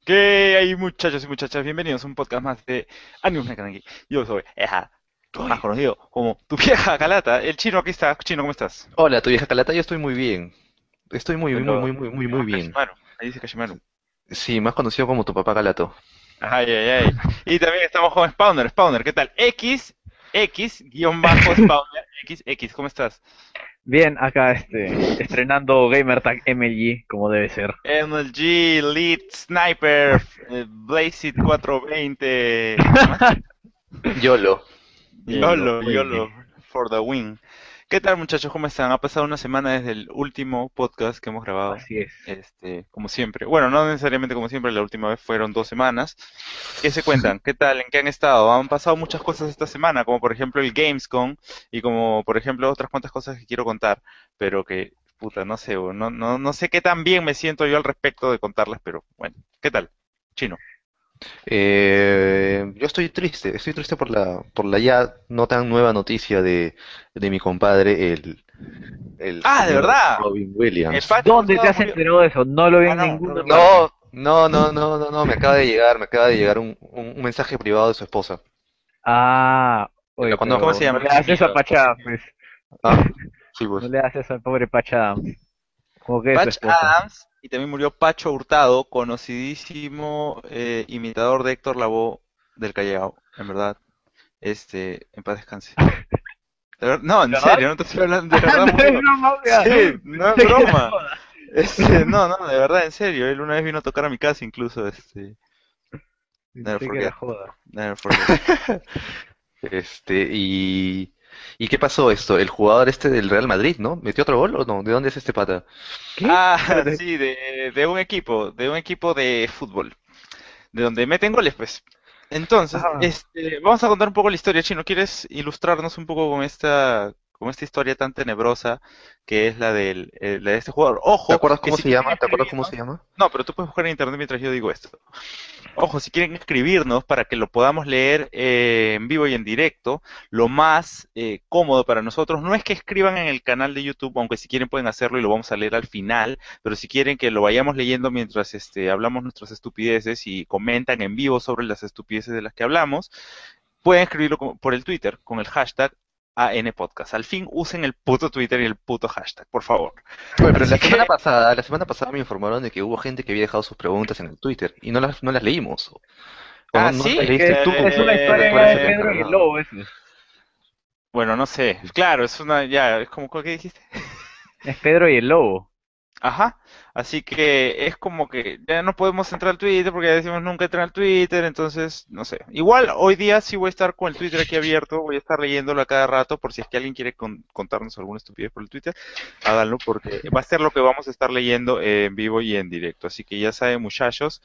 ¿Qué hay, muchachos y muchachas? Bienvenidos a un podcast más de Animus Mecánica. Yo soy Eja, más Uy. conocido como tu vieja Calata. El chino aquí está. Chino, ¿cómo estás? Hola, tu vieja Calata, yo estoy muy bien. Estoy Pero te muy llamas bien. Kashimaru. Ahí dice Kashimaru. Sí, más conocido como tu papá Calato. Ay, ay, ay. Y también estamos con Spawner. Spawner, ¿qué tal? X, Spawner, XX, ¿cómo estás? Bien, acá estrenando GamerTag MLG como debe ser. MLG, Lead, Sniper, Blazed 420. ¿Qué más? YOLO. YOLO, YOLO, muy bien. YOLO, for the win. ¿Qué tal, muchachos? ¿Cómo están? Ha pasado una semana desde el último podcast que hemos grabado. Así es. Como siempre. Bueno, no necesariamente como siempre, la última vez fueron 2 semanas. ¿Qué se cuentan? ¿Qué tal? ¿En qué han estado? Han pasado muchas cosas esta semana, como por ejemplo el Gamescom y como por ejemplo otras cuantas cosas que quiero contar, pero que, puta, no sé, no sé qué tan bien me siento yo al respecto de contarlas, pero bueno, ¿qué tal? Chino. Yo estoy triste por la ya no tan nueva noticia de mi compadre, el Ah, de señor verdad. Robin El Williams. Pacho ¿Dónde te Hurtado has murió. enterado de eso? No lo vi Ah, en no, ninguna Robin Williams. parte. No, me acaba de llegar un mensaje privado de su esposa, Ah, que la oye, ¿Cómo pero se conozco. no llama? le hagas eso a Eximito. Pachá, pues. Ah, sí, No pues. le hagas eso al pobre Pachá, como que es su Patch esposa. Adams y también murió Pacho Hurtado, conocidísimo imitador de Héctor Lavoe del Callao, en verdad. En paz descanse. No, en ¿De verdad? serio, no te estoy hablando, de verdad No es murió. broma, wea. Sí, no es Pensé que era broma. joda. No, de verdad, en serio. Él una vez vino a tocar a mi casa incluso, never Pensé que era forget, joda. never forget. Este, ¿Y qué pasó esto? El jugador este del Real Madrid, ¿no? ¿Metió otro gol o no? ¿De dónde es este pata? ¿Qué? Ah, Espérate. sí, de un equipo de fútbol. De donde meten goles, pues. Entonces, Ajá. vamos a contar un poco la historia, Chino. ¿Quieres ilustrarnos un poco con esta historia tan tenebrosa que es la de este jugador? ¿Te Ojo, acuerdas que cómo si se quieren llama? ¿Te acuerdas cómo se escribirnos, llama? no, pero tú puedes buscar en internet mientras yo digo esto. Ojo, si quieren escribirnos para que lo podamos leer en vivo y en directo, lo más cómodo para nosotros no es que escriban en el canal de YouTube, aunque si quieren pueden hacerlo y lo vamos a leer al final, pero si quieren que lo vayamos leyendo mientras hablamos nuestras estupideces y comentan en vivo sobre las estupideces de las que hablamos, pueden escribirlo por el Twitter con el hashtag ANPodcast. Al fin usen el puto Twitter y el puto hashtag, por favor. Oye, pero Así que, la semana pasada me informaron de que hubo gente que había dejado sus preguntas en el Twitter y no las leímos. ¿O ah, no sí, las Es leíste que tú es una o historia tú ya eres de el Pedro y el encargado? Lobo, eso. bueno, no sé, claro, es como, ¿qué dijiste? Es Pedro y el Lobo. Ajá, así que es como que ya no podemos entrar al Twitter porque ya decimos nunca entrar al Twitter, entonces no sé. Igual hoy día sí voy a estar con el Twitter aquí abierto, voy a estar leyéndolo a cada rato por si es que alguien quiere contarnos alguna estupidez por el Twitter, háganlo porque va a ser lo que vamos a estar leyendo en vivo y en directo. Así que ya saben, muchachos,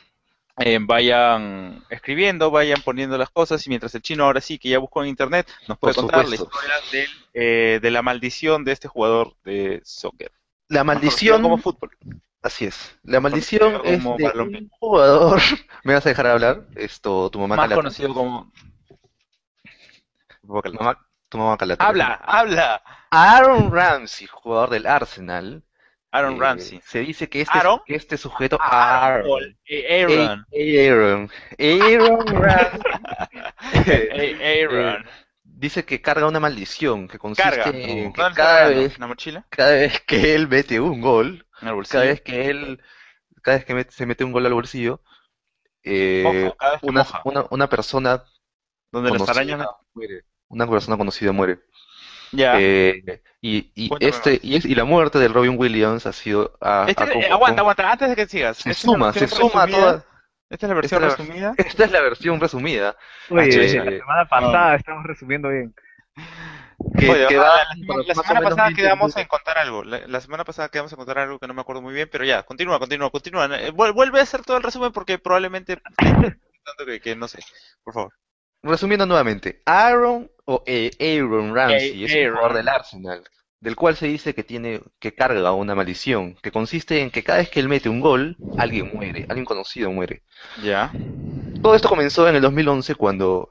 vayan escribiendo, vayan poniendo las cosas y mientras el chino ahora sí que ya buscó en internet nos Por puede contar la supuesto. historia de la maldición de este jugador de soccer, La más conocido como maldición, fútbol. así es. La Más maldición conocido es como de balompié. un jugador. ¿Me vas a dejar hablar? Esto, tu mamá Más Calata. conocido como Vocaloid. Mamá, tu mamá Calata, pues, ¿no? ¡Habla! ¡Habla! Aaron Ramsey, jugador del Arsenal, Aaron Ramsey. se dice que ¿Aaron? que este sujeto, Aaron o Aaron. Aaron, Aaron Ramsey, eh, Aaron. dice que carga una maldición que Carga. consiste en No. que ¿Dónde está cargando? ¿En la mochila? cada vez que él mete un gol, ¿En el cada bolsillo? vez que él, cada vez que se mete un gol al bolsillo, Ojo, cada vez que moja. una persona Donde las conocida arañas me... muere. Una persona conocida muere. Ya. Cuéntame más. Y la muerte de Robin Williams ha sido Aguanta, aguanta, antes de que sigas. Esta es la se versión suma a resumida. toda. Esta es la Esta versión es resumida. esta es la versión resumida. Ah, Oye, desde chucha. la eh, semana No. pasada estamos resumiendo bien. Oye, que ajá, va la más o semana menos pasada bien quedamos tendido. en contar algo. La semana pasada quedamos en contar algo que no me acuerdo muy bien, pero ya, continúa. Vuelve a hacer todo el resumen porque probablemente esté tanto que no sé. Por favor. Resumiendo nuevamente, Aaron Ramsey es un jugador del Aaron. Arsenal, del cual se dice que carga una maldición, que consiste en que cada vez que él mete un gol, alguien muere, alguien conocido muere. Ya. Todo esto comenzó en el 2011 cuando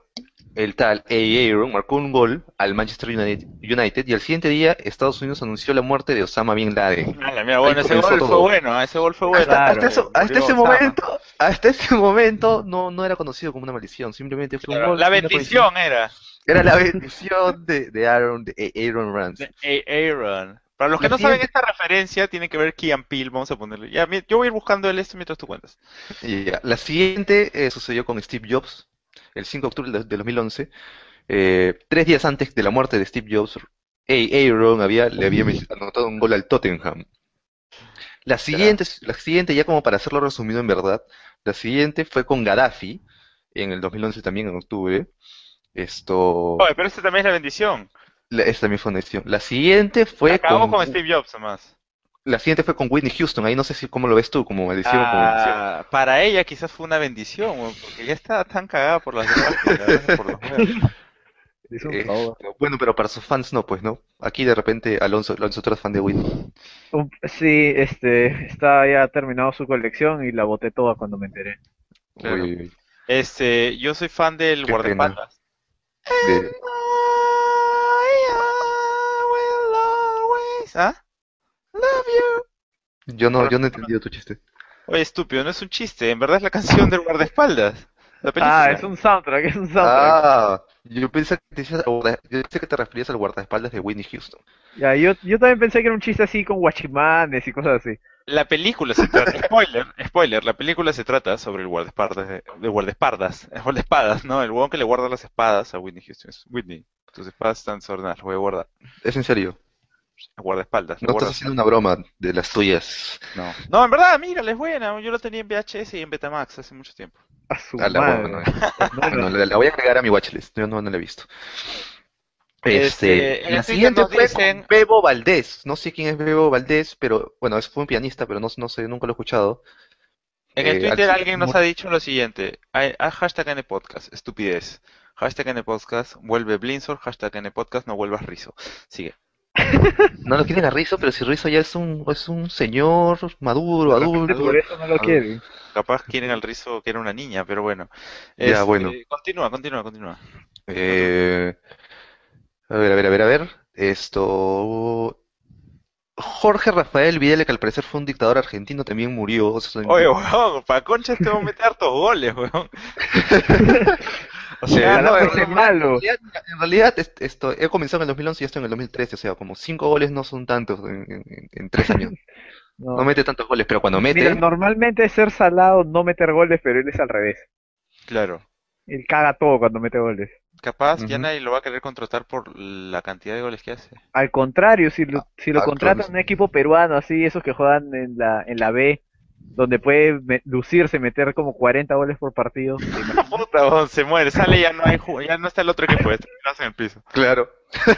el tal Aaron marcó un gol al Manchester United y al siguiente día Estados Unidos anunció la muerte de Osama Bin Laden. Ah, mira, Ahí bueno, ese comenzó gol fue todo. bueno, ese gol fue Hasta, bueno, hasta Claro. eso, murió Osama. hasta ese momento no era conocido como una maldición, simplemente fue un Claro, gol, la una coincidencia. bendición era Era la bendición de Aaron, Aaron de Ramsey. Aaron. Para los que La no saben siguiente, esta referencia, tiene que ver Key and Peele, vamos a ponerle. Ya, yo voy a ir buscando el esto mientras tú cuentas. la siguiente sucedió con Steve Jobs, el 5 de octubre de 2011. 3 días antes de la muerte de Steve Jobs, Aaron le había anotado un gol al Tottenham. Ya. La siguiente, ya como para hacerlo resumido en verdad, la siguiente fue con Gaddafi, en el 2011 también, en octubre. Esto, Oye, pero este también es la bendición. esta también fue una decisión. Acabó con Steve Jobs, además. La siguiente fue con Whitney Houston. Ahí no sé si cómo lo ves tú, como maldición o como bendición. Ah, para ella quizás fue una bendición, weón, porque ya estaba tan cagada por las drogas que le agarran por los huevos. Hizo un favor. Bueno, pero para sus fans no, pues no. Aquí de repente Alonso otro es fan de Whitney. Sí, está ya terminado su colección y la boté toda cuando me enteré. Uy, Claro. uy, uy, Yo soy fan del qué pena. guardaespaldas. De... ¿Ah? Love you. Yo no he entendido tu chiste. Oye, estúpido, no es un chiste, en verdad es la canción del guardaespaldas, la Ah, película. es un soundtrack, es un soundtrack. Ah, yo pensé que te referías al guardaespaldas de Whitney Houston. Ya, yo también pensé que era un chiste así con guachimanes y cosas así. La película se trata, spoiler, la película se trata sobre el guardaespaldas, de guardaespaldas, el guardaespadas, ¿no? El huevón que le guarda las espadas a Whitney Houston. Whitney, tus espadas están desordenadas, las voy a guardar. Es en serio. El guardaespaldas, No lo estás guardas. haciendo una broma de las tuyas. No. No, en verdad, mira, es buena. Yo la tenía en VHS y en Betamax hace mucho tiempo. A su A la madre. buena. Pues no, Bueno, la voy a agregar a mi watchlist. Yo no la he visto. En La el Twitter siguiente nos fue con dicen, Bebo Valdés. No sé quién es Bebo Valdés, pero bueno, fue un pianista, pero no sé, nunca lo he escuchado. en el Al Twitter siguiente alguien nos ha dicho lo siguiente, hashtag NPodcast, estupidez. Hashtag NPodcast, vuelve Blinzor, hashtag NPodcast, no vuelvas Rizo. Sigue. no lo quieren a Rizzo, pero si Rizzo ya es un señor maduro, de repente por adulto. eso no lo quieren. Capaz quieren al Rizo que era una niña, pero bueno. Ya, bueno. Continúa. Eh, a ver. Esto. Jorge Rafael Videla, que al parecer fue un dictador argentino, también murió. O sea, Oye, weón, pa' concha este va a meter hartos goles, weón. O Ojalá no, fuese malo. en realidad esto he comenzado en el 2011 y esto en el 2013, o sea, como 5 goles no son tantos en 3 años. No No. mete tantos goles, pero cuando Mira, mete, normalmente es ser salado no meter goles, pero él es al revés. claro. Él caga todo cuando mete goles. Capaz ya ujú. nadie lo va a querer contratar por la cantidad de goles que hace. Al contrario, si lo Claro, contratan en un equipo peruano así, esos que juegan en la B, donde puede lucirse, meter como 40 goles por partido, ¿te imaginas? Puta, weón, se muere, sale y ya no hay, ya no está el otro equipo, está en el piso. claro.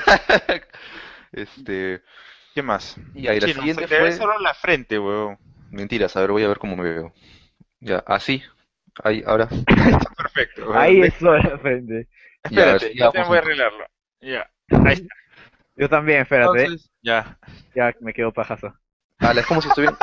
Este, ¿Qué más? y ahí la Sí, no, se siguiente te ve fue, solo la frente, weón. mentiras, a ver, voy a ver cómo me veo. Ya, así, ahí, ahora, Perfecto, weón. Ahí es la frente. ya, a ver, Espérate, ya yo también vamos voy a un arreglarlo. Ya, ahí está. Yo también, espérate, Entonces, ya. ya me quedo pajazo. es como si estuvieran,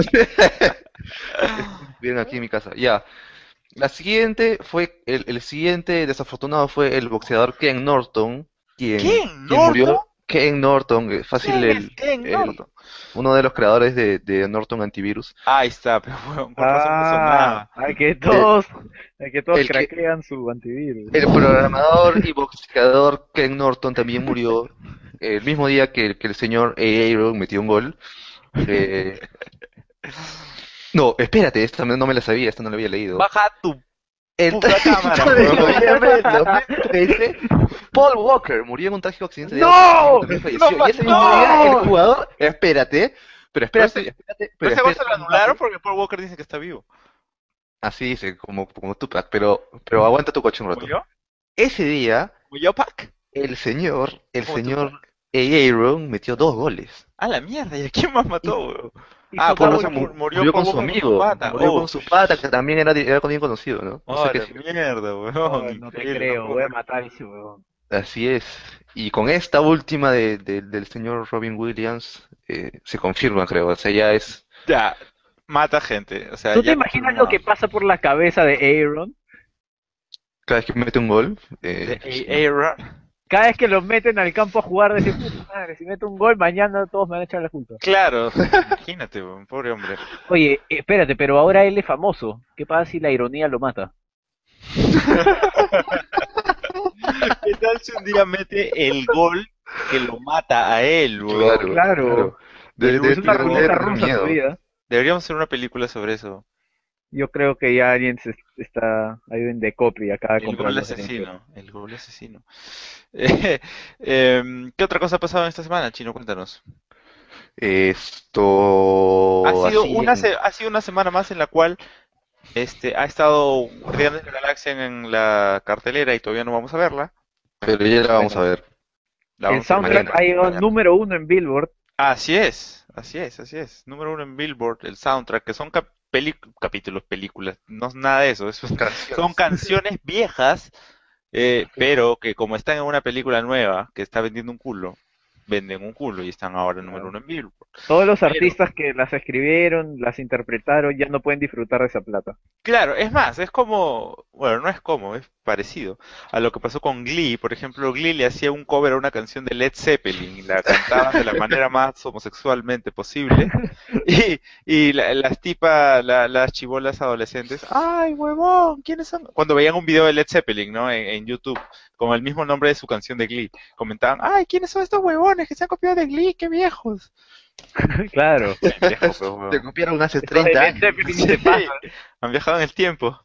es como si estuvieran aquí en mi casa. Ya, la siguiente fue, el siguiente desafortunado fue el boxeador Ken Norton, ¿Quién? quien ¿Norton? murió. Ken Norton, fácil ¿Quién es Ken Norton? uno de los creadores de Norton Antivirus. Ahí está, pero weón, con razón no Ah, sonaba. El, hay que todos el que, craquean su antivirus. el programador y boxeador Ken Norton también murió el mismo día que el señor Aaron metió un gol. Eh, no, espérate, esta no me la sabía, esta no la había leído. Baja tu El puta cámara, 30 de weón. noviembre del 2013, Paul Walker murió en un trágico accidente de auto. ¡No! También No, falleció. Y ese mismo día, el jugador, espérate, pero Pero pero ese gol se espérate, lo anularon porque Paul Walker dice que está vivo. así dice, como Tupac, pero aguanta tu coche un rato. ¿Murió? Ese día, ¿Murió Pac? el el ¿Cómo Tupac? señor Aaron metió 2 goles. A la mierda, ¿y a quién más Y, mató, weón? Hizo con, double. Murió murió Paul con su Walker con su amigo, pata. murió Oh, con su pata, que también era bien conocido, ¿no? No sé a qué la es. mierda, weón. Ay, no te Increíble, no creo, puedo voy a creer. matar a ese huevón. Así es. Y con esta última del señor Robin Williams, se confirma, creo. O sea, ya es. Ya, mata gente, o sea, ¿Tú te ya imaginas lo confirmado. que pasa por la cabeza de Aaron? Cada vez que mete un gol, de sí. Aaron. Cada vez que los meten al campo a jugar, decir, puta madre, si meto un gol, mañana todos me van a echar la culpa. Claro, imagínate, weón, pobre hombre. Oye, espérate, pero ahora él es famoso. ¿Qué pasa si la ironía lo mata? ¿Qué tal si un día mete el gol que lo mata a él, weón? Claro, Claro, claro. Debe, El debe, es una debe último. ruleta tener rusa su miedo. vida. Deberíamos hacer una película sobre eso. Yo creo que ya alguien se está, hay un Decopri acaba de El comprar gol los derechos. asesino, el gol asesino. ¿Qué otra cosa ha pasado en esta semana, Chino? Cuéntanos. Esto así en... Ha sido una semana más en la cual ha estado Guardianes de la Galaxia en la cartelera y todavía no vamos a verla. Pero ya la vamos a Bueno, ver La el vamos a ver soundtrack mañana. ha llegado Mañana. número uno en Billboard. Así es, así es, así es. Número uno en Billboard, el soundtrack, que son capítulos, películas, no es nada de eso, son Canciones. canciones viejas, pero que como están en una película nueva que está vendiendo un culo, venden un culo y están ahora número uno en Billboard. Todos los Pero artistas que las escribieron, las interpretaron, ya no pueden disfrutar de esa plata. claro, es más, es como, bueno, no es como, es parecido a lo que pasó con Glee. Por ejemplo, Glee le hacía un cover a una canción de Led Zeppelin y la cantaban de la manera más homosexualmente posible. Las tipas, las chibolas adolescentes, ¡ay, huevón! ¿Quiénes son? Cuando veían un video de Led Zeppelin, ¿no? En YouTube, con el mismo nombre de su canción de Glee, comentaban, ¡ay, ¿quiénes son estos huevones que se han copiado de Glee? ¡Qué viejos! Claro, Pendejos, pues, Te huevón. copiaron hace estos de 30 Led años. Zeppelin Sí, se pasan. han viajado en el tiempo.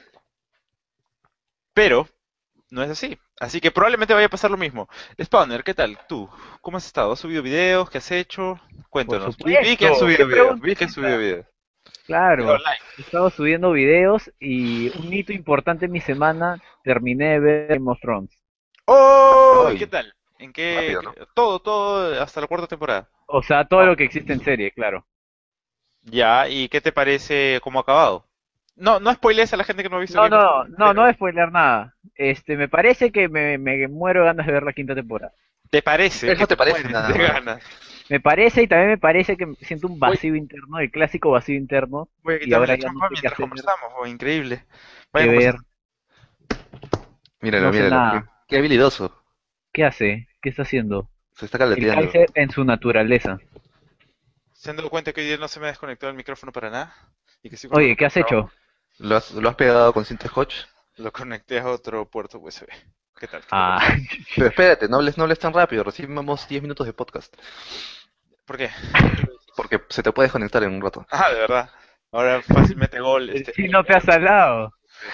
Pero no es así. Así que probablemente vaya a pasar lo mismo. Spawner, ¿qué tal? ¿Tú? ¿Cómo has estado? ¿Has subido videos? ¿Qué has hecho? Por Cuéntanos. Vi que has supuesto, ¿qué subido videos. pregunta Vi es que has subido esa? videos. Te doy Claro, like. he estado subiendo videos y un hito importante en mi semana, terminé de ver Game of Thrones. ¡Oh! ¿Y qué Ay, tal? ¿En rápido, ¿no? Todo, todo, hasta la cuarta temporada. O sea, todo Wow. lo que existe en serie, claro. Ya, ¿y qué te parece cómo ha acabado? No, no spoilees a la gente que no ha visto No, Game of no, Thrones, no, no pero voy a spoiler nada. Me parece que me muero de ganas de ver la quinta temporada. ¿te parece que Eso te te parece mueres de nada más. ganas? Me parece y también me parece que siento un Voy, vacío interno, el clásico vacío interno, voy a y quitarme ahora la ya no champán sé qué mientras hacer, conversamos. Oh, increíble. qué Vayan ver, conversando. Míralo, no sé míralo. nada. Qué habilidoso. ¿Qué hace? ¿Qué está haciendo? Se está El caleteando. Kaiser en su naturaleza. ¿Se han dado cuenta que hoy día no se me ha desconectado el micrófono para nada? Y que sigo Oye, sonando ¿qué como has el trabajo. hecho? ¿Lo has pegado con cinta scotch? Lo conecté a otro puerto USB. ¿Qué tal? ¿Qué te Ah, parece? Pero espérate, no hables tan rápido. Recién vamos 10 minutos de podcast. ¿Por qué? ¿Por qué lo dices? Porque se te puede desconectar en un rato. Ah, de verdad. Ahora fácilmente gol, el chino te ha salado.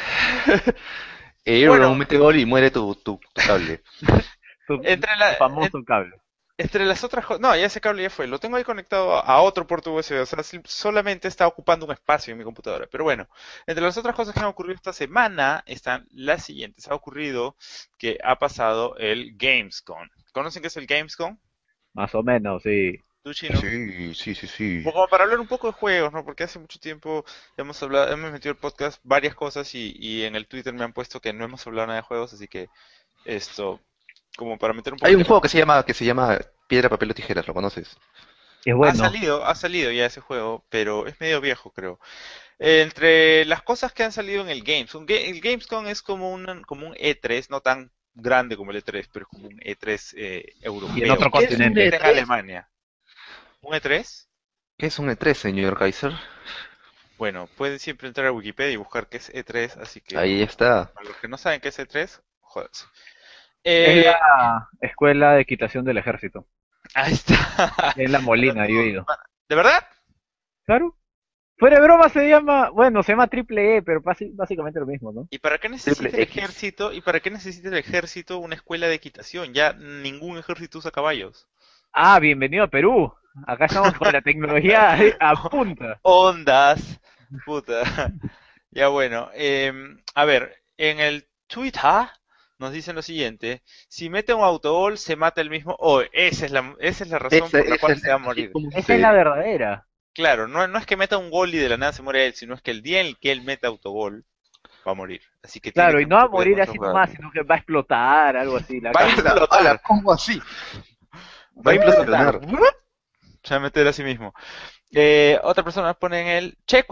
Aaron Bueno, mete gol y muere tu cable. entre Tu famoso cable. entre las otras cosas, no, ya ese cable ya fue, lo tengo ahí conectado a otro puerto USB, o sea, solamente está ocupando un espacio en mi computadora. Pero bueno, entre las otras cosas que han ocurrido esta semana están las siguientes. Ha ocurrido que ha pasado el Gamescom. ¿Conocen qué es el Gamescom? Más o menos, sí. ¿Tú, Chino? Sí, sí, sí, sí. Pues como para hablar un poco de juegos, ¿no? Porque hace mucho tiempo hemos hablado, hemos metido el podcast varias cosas y en el Twitter me han puesto que no hemos hablado nada de juegos, así que esto, como para meter un poco Hay el un tema. juego que se llama Piedra, Papel o Tijeras, ¿lo conoces? Es bueno. Ha salido ya ese juego, pero es medio viejo, creo. Entre las cosas que han salido en el el Gamescom es como un E3, no tan grande como el E3, pero es como un E3 Y en europeo. otro ¿Qué es un continente. Está en E3? Alemania. ¿Un E3? ¿Qué es un E3, señor Kaiser? Bueno, pueden siempre entrar a Wikipedia y buscar qué es E3, así que Ahí está. para los que no saben qué es E3, jodas. Es Eh, la escuela de equitación del ejército. ahí está. Es la Para Molina, yo he todo- ido. ¿De verdad? Claro. Fuera de broma se llama, bueno, se llama Triple E, pero básicamente lo mismo, ¿no? ¿Y para qué Triple necesita el X. ejército? ¿Y para qué necesita el ejército una escuela de equitación? Ya ningún ejército usa caballos. Ah, bienvenido a Perú. Acá estamos con la tecnología a punta. Ondas. Puta. Ya bueno. A ver, en el Twitter nos dicen lo siguiente. Si mete un autogol, se mata el mismo. Oh, esa es la razón Esa, por la esa cual es se va a así morir. como Esa es la sucede. verdadera. Claro, no es que meta un gol y de la nada se muere él, sino es que el día en el que él meta autogol, va a morir. Así que tiene que Claro, y tener no va a mucho cuidado morir con esos así jugadores. nomás, sino que va a explotar, algo así. Va a ¡Hala, hala! explotar. ¿Cómo así? Va Va a a implosionar. implosionar. Se va a meter a sí mismo. Otra persona pone en el Checo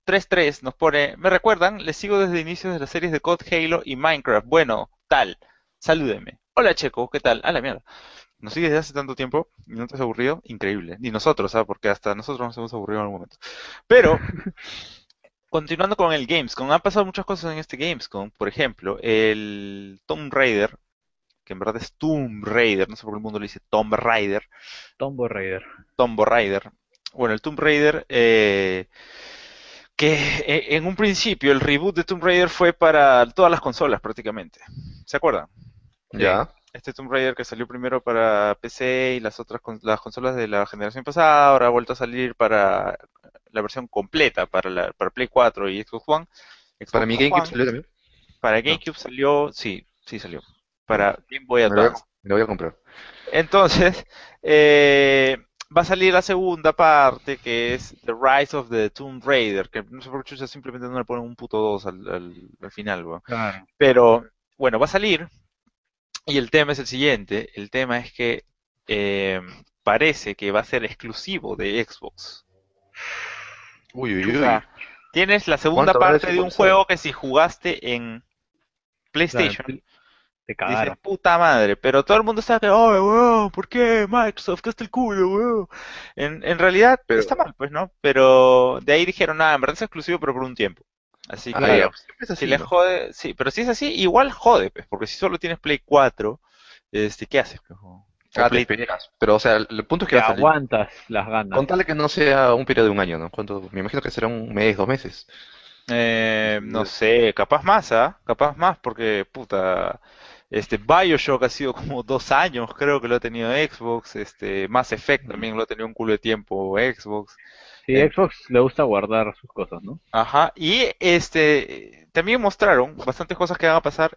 33 nos pone, me recuerdan, les sigo desde inicios de las series de COD, Halo y Minecraft. Bueno, tal, salúdeme. Hola Checo, ¿qué tal? A la mierda. Nos sigues desde hace tanto tiempo y no te has aburrido. Increíble. Ni nosotros, ¿sabes? Porque hasta nosotros nos hemos aburrido en algún momento. Pero, continuando con el Gamescom, han pasado muchas cosas en este Gamescom. Por ejemplo, el Tomb Raider, que en verdad es Tomb Raider, no sé por qué el mundo le dice Tomb Raider, Tomb Raider. Tomb Raider. Bueno, el Tomb Raider, que en un principio el reboot de Tomb Raider fue para todas las consolas prácticamente. ¿Se acuerdan? Eh, Ya. este Tomb Raider que salió primero para PC y las otras las consolas de la generación pasada, ahora ha vuelto a salir para la versión completa, para Play 4 y Xbox One. Para Xbox mi GameCube One, salió también. para No, GameCube salió, sí, sí salió. ya. Para Game Boy Me lo voy a, Advance. me lo voy a comprar. Entonces, eh, va a salir la segunda parte, que es The Rise of the Tomb Raider, que no sé por qué chucha simplemente no le ponen un puto 2 al final, weón. Claro. Pero, bueno, va a salir, y el tema es el siguiente, el tema es que eh, parece que va a ser exclusivo de Xbox. Uy, O uy, sea, uy. tienes la segunda ¿Cuánto habrá parte de un desembolsado? juego que si jugaste en Claro, PlayStation, te dices, cagaron. puta madre, pero todo el mundo está que, oh, weón, ¿por qué Microsoft? ¿Qué está el culo, weón? En realidad está Pero, mal, pues, ¿no? Pero de ahí dijeron, nada, en verdad es exclusivo, pero por un tiempo. Así ya, que, Claro. pues siempre es si así, le ¿no? jode, sí, pero si es así, igual jode, pues, porque si solo tienes Play 4, ¿qué haces, pues? O Te Play, esperas. Pero, o sea, el punto es que Te va a salir. aguantas las ganas. Con tal de que no sea un periodo de un año, ¿no? ¿Cuánto? Me imagino que será un mes, 2 meses. no sé, capaz más, ¿ah? Capaz más, porque, puta, BioShock ha sido como 2 años, creo que lo ha tenido Xbox, Mass Effect también lo ha tenido un culo de tiempo Xbox. Sí, En- Xbox le gusta guardar sus cosas, ¿no? ajá, y también mostraron bastantes cosas que van a pasar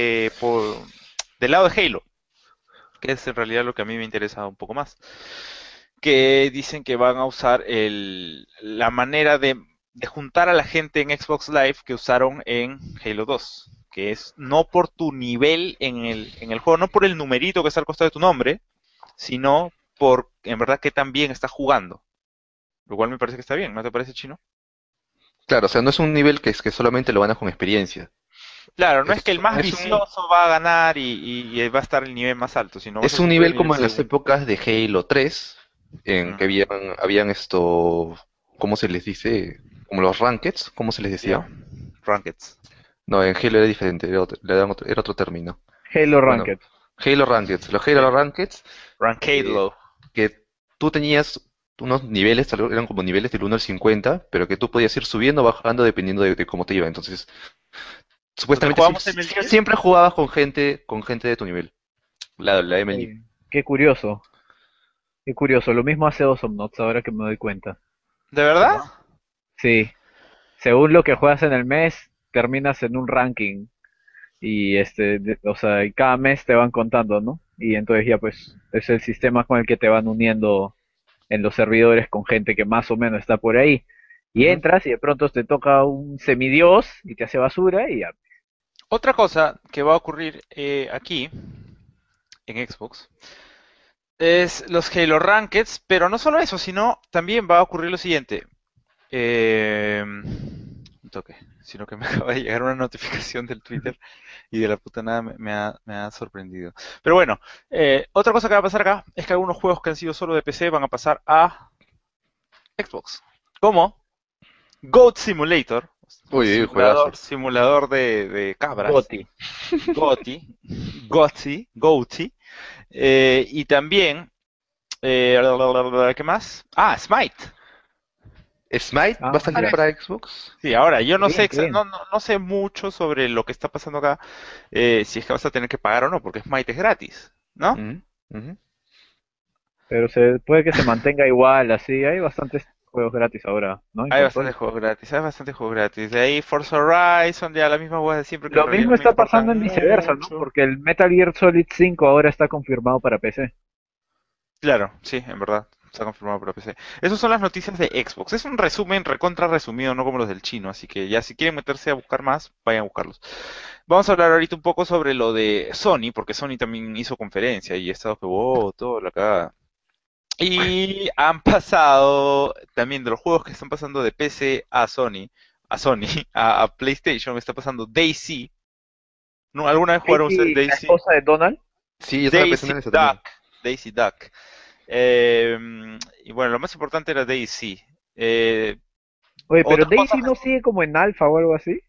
del lado de Halo, que es en realidad lo que a mí me interesa un poco más. Que dicen que van a usar la manera de juntar a la gente en Xbox Live que usaron en Halo 2, que es no por tu nivel en el juego, no por el numerito que está al costado de tu nombre, sino por en verdad que tan bien estás jugando. Lo cual me parece que está bien, ¿no te parece, Chino? Claro, o sea, no es un nivel que es que solamente lo ganas con experiencia. Claro, no es que Es, el más es un, vicioso va a ganar y va a estar el nivel más alto, sino vas a es un subir el nivel nivel como en las según. épocas de Halo 3, en que Ujú. habían esto, ¿cómo se les dice? Como los rankeds, ¿cómo se les decía? Ya. Rankeds. No, en Halo era diferente, era otro término. Halo Bueno, Ranked. Halo Rankeds. Los Halo Sí. Rankeds, eh, Rankadelo. que tú tenías unos niveles, eran como niveles del 1 al 50, pero que tú podías ir subiendo o bajando dependiendo de cómo te iba. Entonces, Nosotros supuestamente jugamos en el 10. siempre jugabas con gente de tu nivel, la MLG. Oye, qué curioso, qué curioso. Lo mismo hace Awesome Notes ahora que me doy cuenta. ¿De verdad? Sí, según lo que juegas en el mes, terminas en un ranking y o sea, y cada mes te van contando, ¿no? Y entonces ya pues es el sistema con el que te van uniendo en los servidores con gente que más o menos está por ahí. Y Ujú. entras y de pronto te toca un semidios y te hace basura y ya. Otra cosa que va a ocurrir aquí en Xbox es los Halo Rankeds, pero no solo eso, sino también va a ocurrir lo siguiente. Un toque, sino que me acaba de llegar una notificación del Twitter y de la puta nada me ha sorprendido. Pero bueno, otra cosa que va a pasar acá es que algunos juegos que han sido solo de PC van a pasar a Xbox. Como Goat Simulator, Uy, uy, simulador, juegazos. simulador de cabras. Goti. Goti, Goti, y también, ¿qué más? Ah, Smite. Smite va Ah, a salir ya. para Xbox. Sí, ahora, yo Qué no sé, bien, qué bien. no sé mucho sobre lo que está pasando acá, si es que vas a tener que pagar o no, porque Smite es gratis, ¿no? Ujú, ujú. Pero puede que se mantenga igual, así. Hay bastantes juegos gratis ahora, ¿no? En Hay bastantes consola. juegos gratis, hay bastantes juegos gratis. De ahí Forza Horizon, ya la misma hueá de siempre que en Lo realidad mismo no me está pasando importan en viceversa, ¿no? mucho. Porque el Metal Gear Solid 5 ahora está confirmado para PC. Claro, sí, en verdad, está confirmado para PC. Esas son las noticias de Xbox. Es un resumen recontra resumido, no como los del chino, así que ya si quieren meterse a buscar más, vayan a buscarlos. Vamos a hablar ahorita un poco sobre lo de Sony, porque Sony también hizo conferencia y ha estado que, wow, todo la cagada. Y han pasado también de los juegos que están pasando de PC a Sony. a Sony, a PlayStation, me está pasando DayZ. ¿No? ¿Alguna vez jugaron ustedes Daisy, la DayZ? esposa de Donald. Sí, yo estaba Daisy pensando en eso Duck. también. Daisy Duck. Eh, y bueno, lo más importante era DayZ. Eh, Oye, pero otras Daisy cosas. no sigue como en alfa o algo así.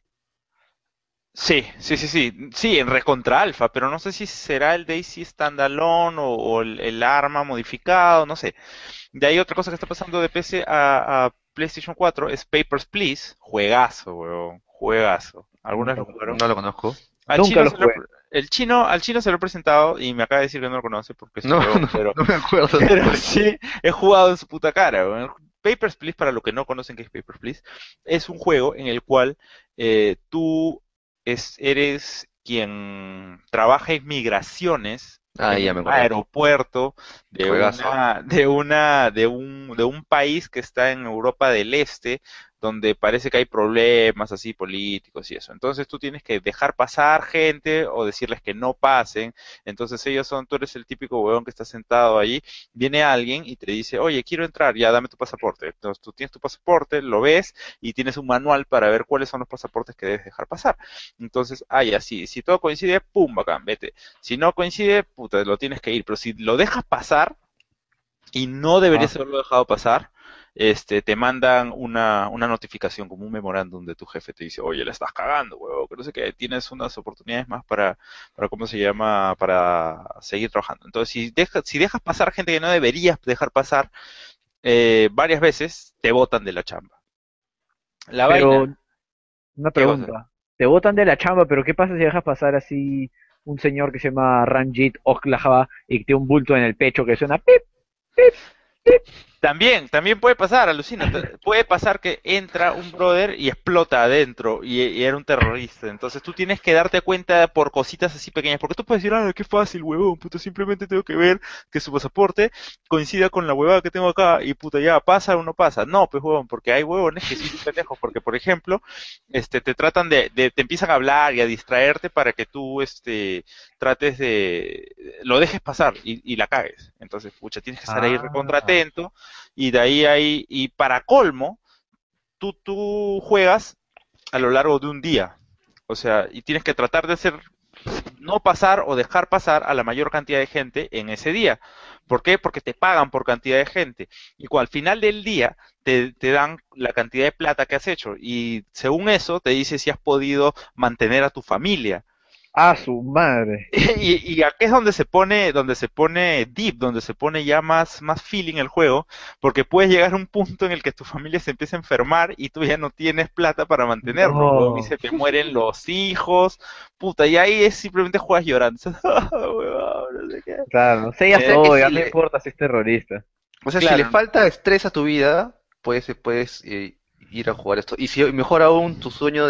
Sí, sí, sí, sí. Sí, en Recontra Alpha, pero no sé si será el DayZ Standalone o el arma modificado, no sé. De ahí otra cosa que está pasando de PC a PlayStation 4 es Papers, Please. Juegazo, weón. Juegazo. ¿Algunas Nunca lo lo jugaron? No lo conozco. Al Nunca chino lo se lo, jugué. al chino se lo he presentado y me acaba de decir que no lo conoce porque es un No, huevón, no, pero, no me acuerdo. pero sí he jugado en su puta cara, weón. Papers, Please, para los que no conocen qué es Papers, Please, es un juego en el cual tú eres quien trabaja en migraciones Ah, en ya un me acordé. aeropuerto Juegazo. de un país que está en Europa del Este, donde parece que hay problemas así políticos y eso. Entonces tú tienes que dejar pasar gente o decirles que no pasen. Entonces tú eres el típico huevón que está sentado ahí, viene alguien y te dice, oye, quiero entrar, ya dame tu pasaporte. Entonces tú tienes tu pasaporte, lo ves y tienes un manual para ver cuáles son los pasaportes que debes dejar pasar. Entonces, así, si todo coincide, pum, bacán, vete. Si no coincide, puta, lo tienes que ir. Pero si lo dejas pasar, y no Ajá. deberías haberlo dejado pasar, te mandan una notificación como un memorándum de tu jefe, te dice, oye, la estás cagando, huevo, que no sé qué, tienes unas oportunidades más para ¿cómo se llama?, para seguir trabajando. Entonces, si dejas pasar gente que no deberías dejar pasar varias veces, te botan de la chamba. La Pero vaina, una ¿qué pasa? pregunta. Te botan de la chamba, pero ¿qué pasa si dejas pasar así un señor que se llama Ranjit Oklahaba y que tiene un bulto en el pecho que suena pip, pip, pip? También puede pasar, alucina, puede pasar que entra un brother y explota adentro y era un terrorista. Entonces tú tienes que darte cuenta por cositas así pequeñas, porque tú puedes decir, ah, qué fácil, huevón, puta, simplemente tengo que ver que su pasaporte coincida con la huevada que tengo acá y puta, ya pasa o no pasa. No, pues huevón, porque hay huevones que sí son pendejos, porque por ejemplo, te tratan te empiezan a hablar y a distraerte para que tú, trates lo dejes pasar y la cagues. Entonces, pucha, tienes que estar ahí recontra Ah, atento y de ahí hay, y para colmo, tú juegas a lo largo de un día. O sea, y tienes que tratar de hacer, no pasar o dejar pasar a la mayor cantidad de gente en ese día. ¿Por qué? Porque te pagan por cantidad de gente. Y al final del día te dan la cantidad de plata que has hecho. Y según eso te dice si has podido mantener a tu familia. su madre. Y aquí es donde se pone deep, donde se pone ya más feeling el juego, porque puedes llegar a un punto en el que tu familia se empieza a enfermar y tú ya no tienes plata para mantenerlos, huevón, y No. se te mueren los hijos, puta, y ahí es simplemente juegas llorando, huevón, no sé qué. Claro, O sellas sea que todo, ya si no le, importa si es terrorista. o sea, si le Claro, falta estrés a tu vida, puedes ir a jugar esto. Y si mejor aún tu sueño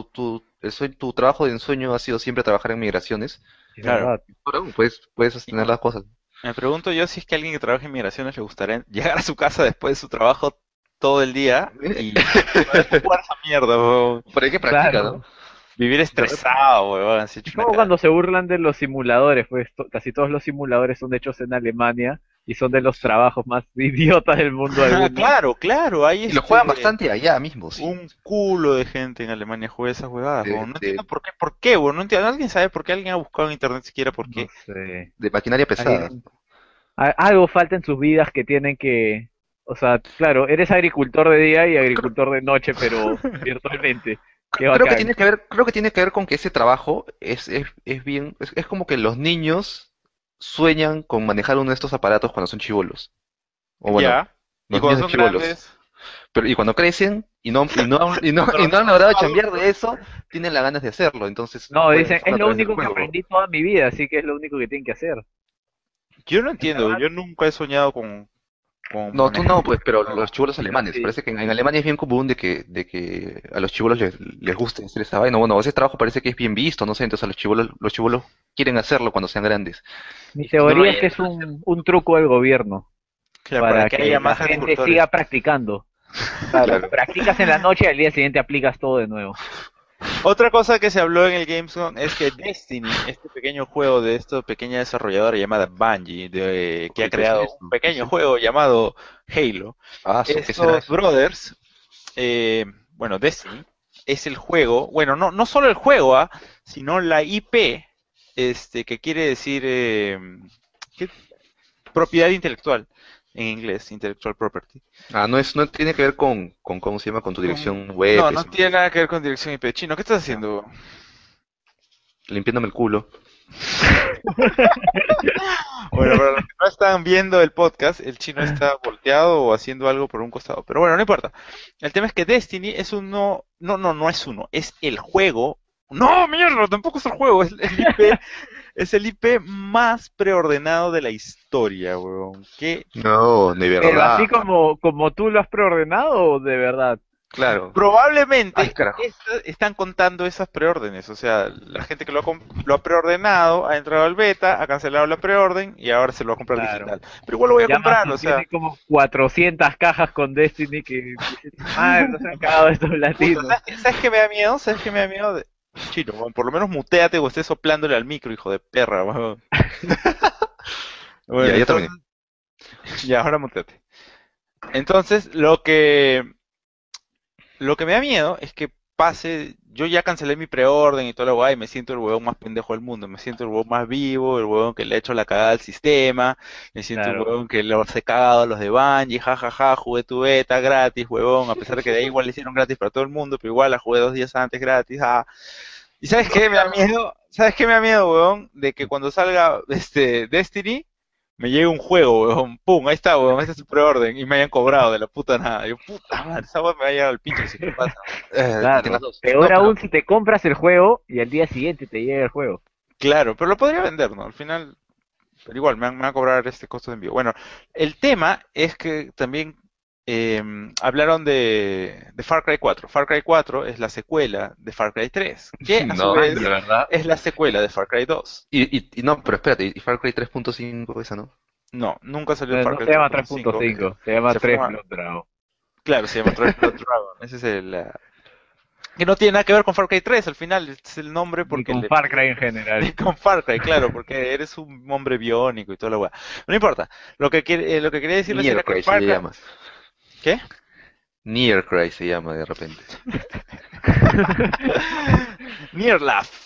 tu trabajo de ensueño ha sido siempre trabajar en migraciones, Es claro. verdad. mejor aún puedes Y sostener las cosas. me pregunto yo si es que a alguien que trabaja en migraciones le gustaría llegar a su casa después de su trabajo todo el día y poder jugar esa mierda, huevón. Pero hay que practicar, Claro. ¿no? Vivir De rep- estresado, huevón, así Es hecho una como cara. cuando se burlan de los simuladores, pues casi todos los simuladores son hechos en Alemania y son de los trabajos más idiotas del mundo algunos. Claro, claro, hay Y lo juegan bastante allá mismo, sí. un culo de gente en Alemania juega esas huevadas, De, huevón. No entiendo de, por qué, huevón, no entiendo. ¿Alguien sabe por qué? ¿Alguien ha buscado en internet siquiera por No qué? sé. de maquinaria pesada. Alguien- Algo falta en sus vidas que tienen que, o sea, claro, eres agricultor de día y Creo, agricultor de noche, pero virtualmente. Qué creo que bacán. tiene que ver, creo que tiene que ver con que ese trabajo es bien, es como que los niños sueñan con manejar uno de estos aparatos cuando son chibolos. O bueno, Ya. Y los cuando niños de son chibolos. grandes, Pero y cuando crecen cuando y los no han niños logrado son chambear de adultos. eso, tienen las ganas de hacerlo. Entonces No, pueden dicen, hacerlo es a lo través del único que juego. aprendí toda mi vida, así que es lo único que tienen que hacer. Yo no En entiendo, verdad, yo nunca he soñado con No, tú manejar no, un pues, pero juego. los chibolos yo alemanes. sí. Parece que en Alemania es bien común de que a los chibolos les guste hacer esta vaina. Bueno, ese trabajo parece que es bien visto, no sé, entonces a los chibolos quieren hacerlo cuando sean grandes. Mi Y cuando no teoría hay, es que es un truco del gobierno Claro, para para que que haya la más gente agricultores. siga practicando. Claro, claro. practicas en la noche y al día siguiente aplicas todo de nuevo. Otra cosa que se habló en el Gamescom es que Destiny, este pequeño juego de esta pequeña desarrolladora llamada Bungie, que ha Uy, ¿qué es creado un esto? ¿Qué es pequeño esto? juego llamado Halo, Ah, ¿qué será estos eso? brothers, bueno, Destiny, es el juego, bueno, no solo el juego, sino la IP, que quiere decir ¿qué? Propiedad intelectual, en inglés, intellectual property. No tiene que ver con ¿cómo se llama? Con tu dirección web, No, no eso. tiene nada que ver con dirección IP. Chino, ¿qué estás Ya. haciendo? Limpiándome el culo. Bueno, para los que no están viendo el podcast, el chino está volteado o haciendo algo por un costado. Pero bueno, no importa. El tema es que Destiny es uno, no es uno, es el juego. No, mierda, tampoco es el juego, es el IP, es el IP más preordenado de la historia, weón. Que No, de Pero así verdad. como tú lo has preordenado, ¿o de verdad? Claro. Ay, probablemente carajo. están contando esas preórdenes, o sea, la gente que lo ha preordenado ha entrado al beta, ha cancelado la preorden y ahora se lo va a comprar Claro. digital. Pero igual lo voy a comprar, o Yamato sea, tiene como 400 cajas con Destiny que dices, madre, no se han acabado estos puta, latinos. ¿sabes qué me da miedo? ¿Sabes qué me da miedo? Chino, weón, por lo menos muteate o estés soplándole al micro, hijo de perra, weón. Bueno, Ya entonces, terminé. ya, ahora muteate. Entonces, lo que me da miedo es que pase, yo ya cancelé mi preorden y toda la weá y me siento el huevón más pendejo del mundo, me siento el huevón más vivo, el huevón que le ha hecho la cagada al sistema, me siento el Claro. huevón que los he cagado a los de Bungie, jajaja, jugué tu beta gratis, huevón, a pesar de que de ahí igual le hicieron gratis para todo el mundo, pero igual la jugué 2 días antes gratis, ah. ¿Y sabes qué me da miedo? ¿Sabes qué me da miedo, huevón? De que cuando salga Destiny, me llegue un juego, weón, pum, ahí está, weón, este es el preorden, y me hayan cobrado de la puta nada. Yo, puta madre, esa weón me va a llegar al pincho si me pasa. Y tengas Claro. dos. Peor No, pero aún si te compras el juego y al día siguiente te llega el juego. Claro, pero lo podría vender, ¿no? Al final, pero igual, me van a cobrar este costo de envío. Bueno, el tema es que también hablaron de Far Cry 4. Far Cry 4 es la secuela de Far Cry 3, que a su no, vez de verdad. es la secuela de Far Cry 2. Y no, pero espérate, y Far Cry 3.5 esa, ¿no? No, nunca salió el No, Far no Cry se llama 3.5. 3.5, se llama Se 3 forma, Blood Dragon. claro, se llama Blood Dragon. Ese es que no tiene nada que ver con Far Cry 3, al final es el nombre Ni porque con le Far Cry en general. con Far Cry, claro, porque eres un hombre biónico y toda la weá. No importa. Lo que quería decirles Near era que Cry se Far Cry. llama. ¿Qué? Near Cry se llama de repente. Near Laugh.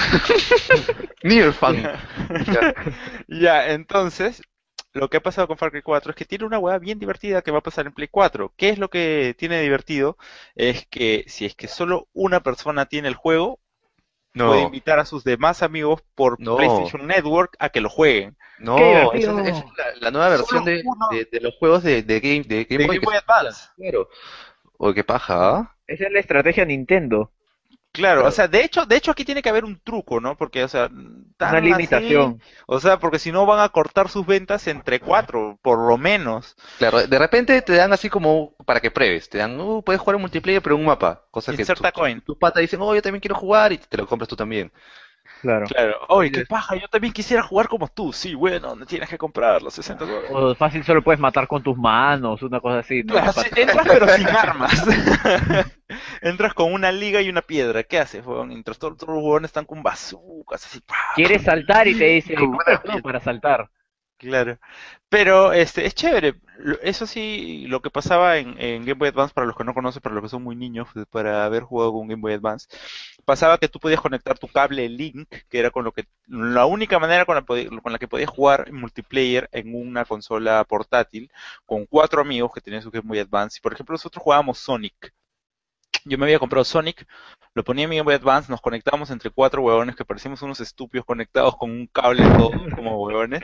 Near Fan. Ya. Ya, entonces, lo que ha pasado con Far Cry 4 es que tiene una weá bien divertida que va a pasar en Play 4. ¿Qué es lo que tiene divertido? Es que si es que solo una persona tiene el juego, puede No, invitar a sus demás amigos por no, PlayStation Network a que lo jueguen. ¡Qué no. Esa es divertido! la nueva versión Solo uno de los juegos de Game de Boy Game que Boy se acumulan. Advance. Claro. O qué paja, ¿ah? Esa es la estrategia Nintendo. Claro, o Claro. sea, de hecho aquí tiene que haber un truco, ¿no? Porque, o sea, Una tan así, limitación. o sea, porque si no van a cortar sus ventas entre cuatro, por lo menos. Claro, de repente te dan así como para que pruebes. Te dan, puedes jugar en multiplayer, pero en un mapa. Cosa que Inserta coin. tus patas dicen, oh, yo también quiero jugar y te lo compras tú también. Claro. Claro, O, oye, qué paja, yo también quisiera jugar como tú. Sí, bueno, no tienes que comprar los $60. o fácil solo puedes matar con tus manos, una cosa así, ¿no? Claro, sí, Capaz. entras pero sin armas. Entras con una liga y una piedra. ¿Qué haces, huevón? Mientras todos los huevones están con bazucas, así. ¡Pah! Quieres saltar y te dice, Con una compra no piedra. para saltar. Claro. Pero es chévere. Eso sí, lo que pasaba en Game Boy Advance, para los que no conocen, para los que son muy niños, para haber jugado con Game Boy Advance, pasaba que tú podías conectar tu cable Link, que era con lo que, la única manera con la que podías jugar en multiplayer en una consola portátil, con 4 amigos que tenían su Game Boy Advance. Y por ejemplo, nosotros jugábamos Sonic. Yo me había comprado Sonic, lo ponía en mi Game Boy Advance, nos conectábamos entre 4 huevones que parecíamos unos estúpidos conectados con un cable todos como huevones.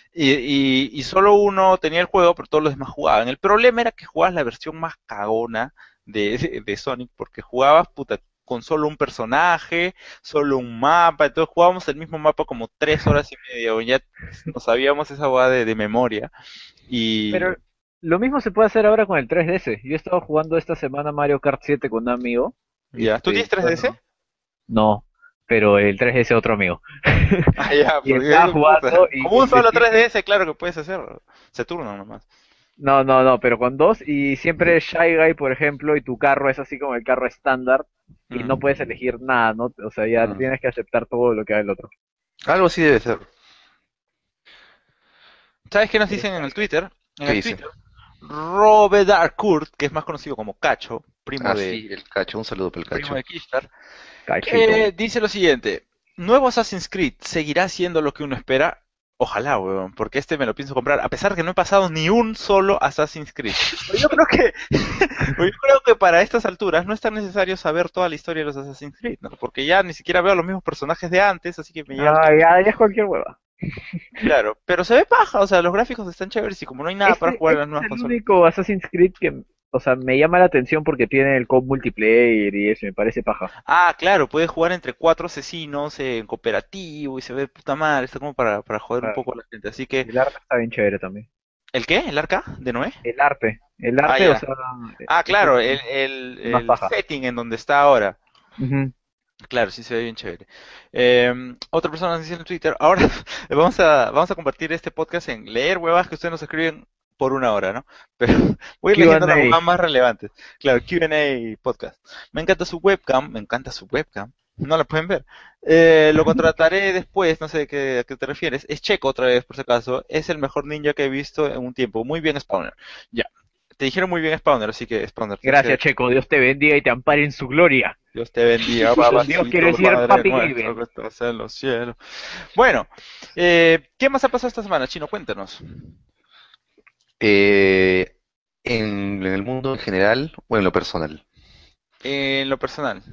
Y solo uno tenía el juego, pero todos los demás jugaban. El problema era que jugabas la versión más cagona de Sonic, porque jugabas puta, con solo un personaje, solo un mapa, entonces jugábamos el mismo mapa como 3 horas y media, o ya nos sabíamos esa hueá de memoria. Y Pero lo mismo se puede hacer ahora con el 3DS. Yo he estado jugando esta semana Mario Kart 7 con un amigo. ya, ¿tú tienes 3DS? Bueno, no, pero el 3DS otro amigo. Ah, ya, Y porque estaba puta, jugando como un y le solo siempre... 3DS, claro que puedes hacerlo. Se turna nomás. No, pero con dos y siempre Shy Guy, por ejemplo, y tu carro es así como el carro estándar y no Mm, puedes elegir nada, ¿no? O sea, ya mm. tienes que aceptar todo lo que haga el otro. Algo así debe ser. ¿Sabes qué nos Pero dicen en está el bien. Twitter? En ¿Qué el dice? Twitter, Robe Darkurt, que es más conocido como Cacho, primo Ah, de, sí, el cacho, un saludo para el primo cacho. de Kishtar, Cachito. que dice lo siguiente: nuevo Assassin's Creed, ¿seguirá siendo lo que uno espera? Ojalá, weón, porque este me lo pienso comprar, a pesar que no he pasado ni un solo Assassin's Creed. Pero yo creo que, pero yo creo que para estas alturas no es tan necesario saber toda la historia de los Assassin's Creed, ¿no? Porque ya ni siquiera veo los mismos personajes de antes, así que me llega al Ah, toque. ya es cualquier hueva. Claro, pero se ve paja, o sea, los gráficos están chéveres y como no hay nada para jugar en Este las es nuevas el consolas. único Assassin's Creed que, o sea, me llama la atención porque tiene el co multiplayer y eso, me parece paja. Ah, claro, puedes jugar entre cuatro asesinos en cooperativo y se ve de puta madre, está como para joder un Ah, poco a la gente. Así que, el arte está bien chévere también. ¿el qué? ¿El arca de Noé? El Ah, arte, o ya. sea, Ah, eso claro, es más el paja. setting en donde está ahora. Ujú. Claro, sí se ve bien chévere. Otra persona nos dice en Twitter, ahora vamos a compartir este podcast en leer huevas que ustedes nos escriben por una hora, ¿no? Pero voy a ir leyendo las Q&A. huevas más relevantes. Claro, Q&A podcast. Me encanta su webcam. No la pueden ver. Lo contrataré después, no sé a qué te refieres. Es Checo otra vez, por si acaso. Es el mejor ninja que he visto en un tiempo. Muy bien, Spawner. Ya. Te dijeron muy bien, Spawner, así que Spawner, tienes que Gracias, Checo. Dios te bendiga y te ampare en su gloria. Dios te bendiga, Y con Dios quiero papacito, decir Padre Papi nuestro Gaben. que estás en los cielos. Bueno, ¿qué más ha pasado esta semana, Chino? Cuéntanos. Eh, en el mundo en general o en lo personal. En lo personal.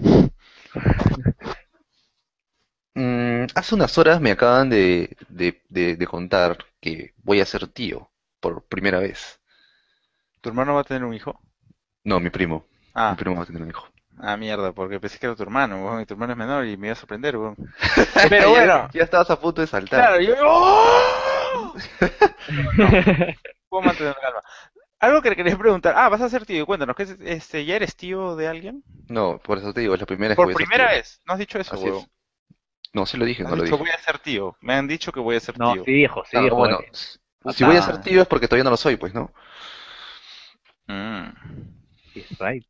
Hace unas horas me acaban de contar que voy a ser tío por primera vez. ¿Tu hermano va a tener un hijo? No, mi primo. Mi Ah, primo va a tener un hijo. mierda, porque pensé que era tu hermano, weón, y tu hermano es menor y me iba a sorprender, weón. Pero Ya, bueno, ya estabas a punto de saltar. claro, yo... ¡Oh! No, puedo mantener la calma. Algo que le quería preguntar. Ah, vas a ser tío, cuéntanos, ¿ya eres tío de alguien? No, por eso te digo, es la primera vez que Por voy a ser primera tío. vez, no has dicho eso, Así weón. es. No, sí lo dije, Has no lo dicho dije. voy a ser tío. Me han dicho que voy a ser No, tío. sí, Ah, hijo, bueno, si voy a ser Ata, tío es porque todavía no lo soy, pues, ¿no? Mm. he's right.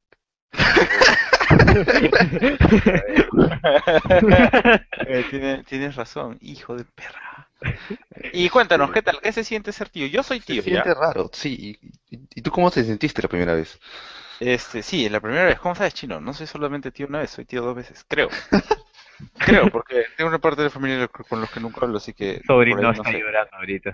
Tienes razón, hijo de perra. Y cuéntanos, ¿qué tal? ¿Qué se siente ser tío? Yo soy Se tío, ¿ya? siente raro, sí. ¿Y tú cómo te sentiste la primera vez? Sí, es la primera vez. ¿Cómo sabes, Chino? No soy solamente tío una vez, soy tío dos veces. Creo, porque tengo una parte de la familia con los que nunca hablo, así que por Sobrino ahí no está sé. llorando ahorita.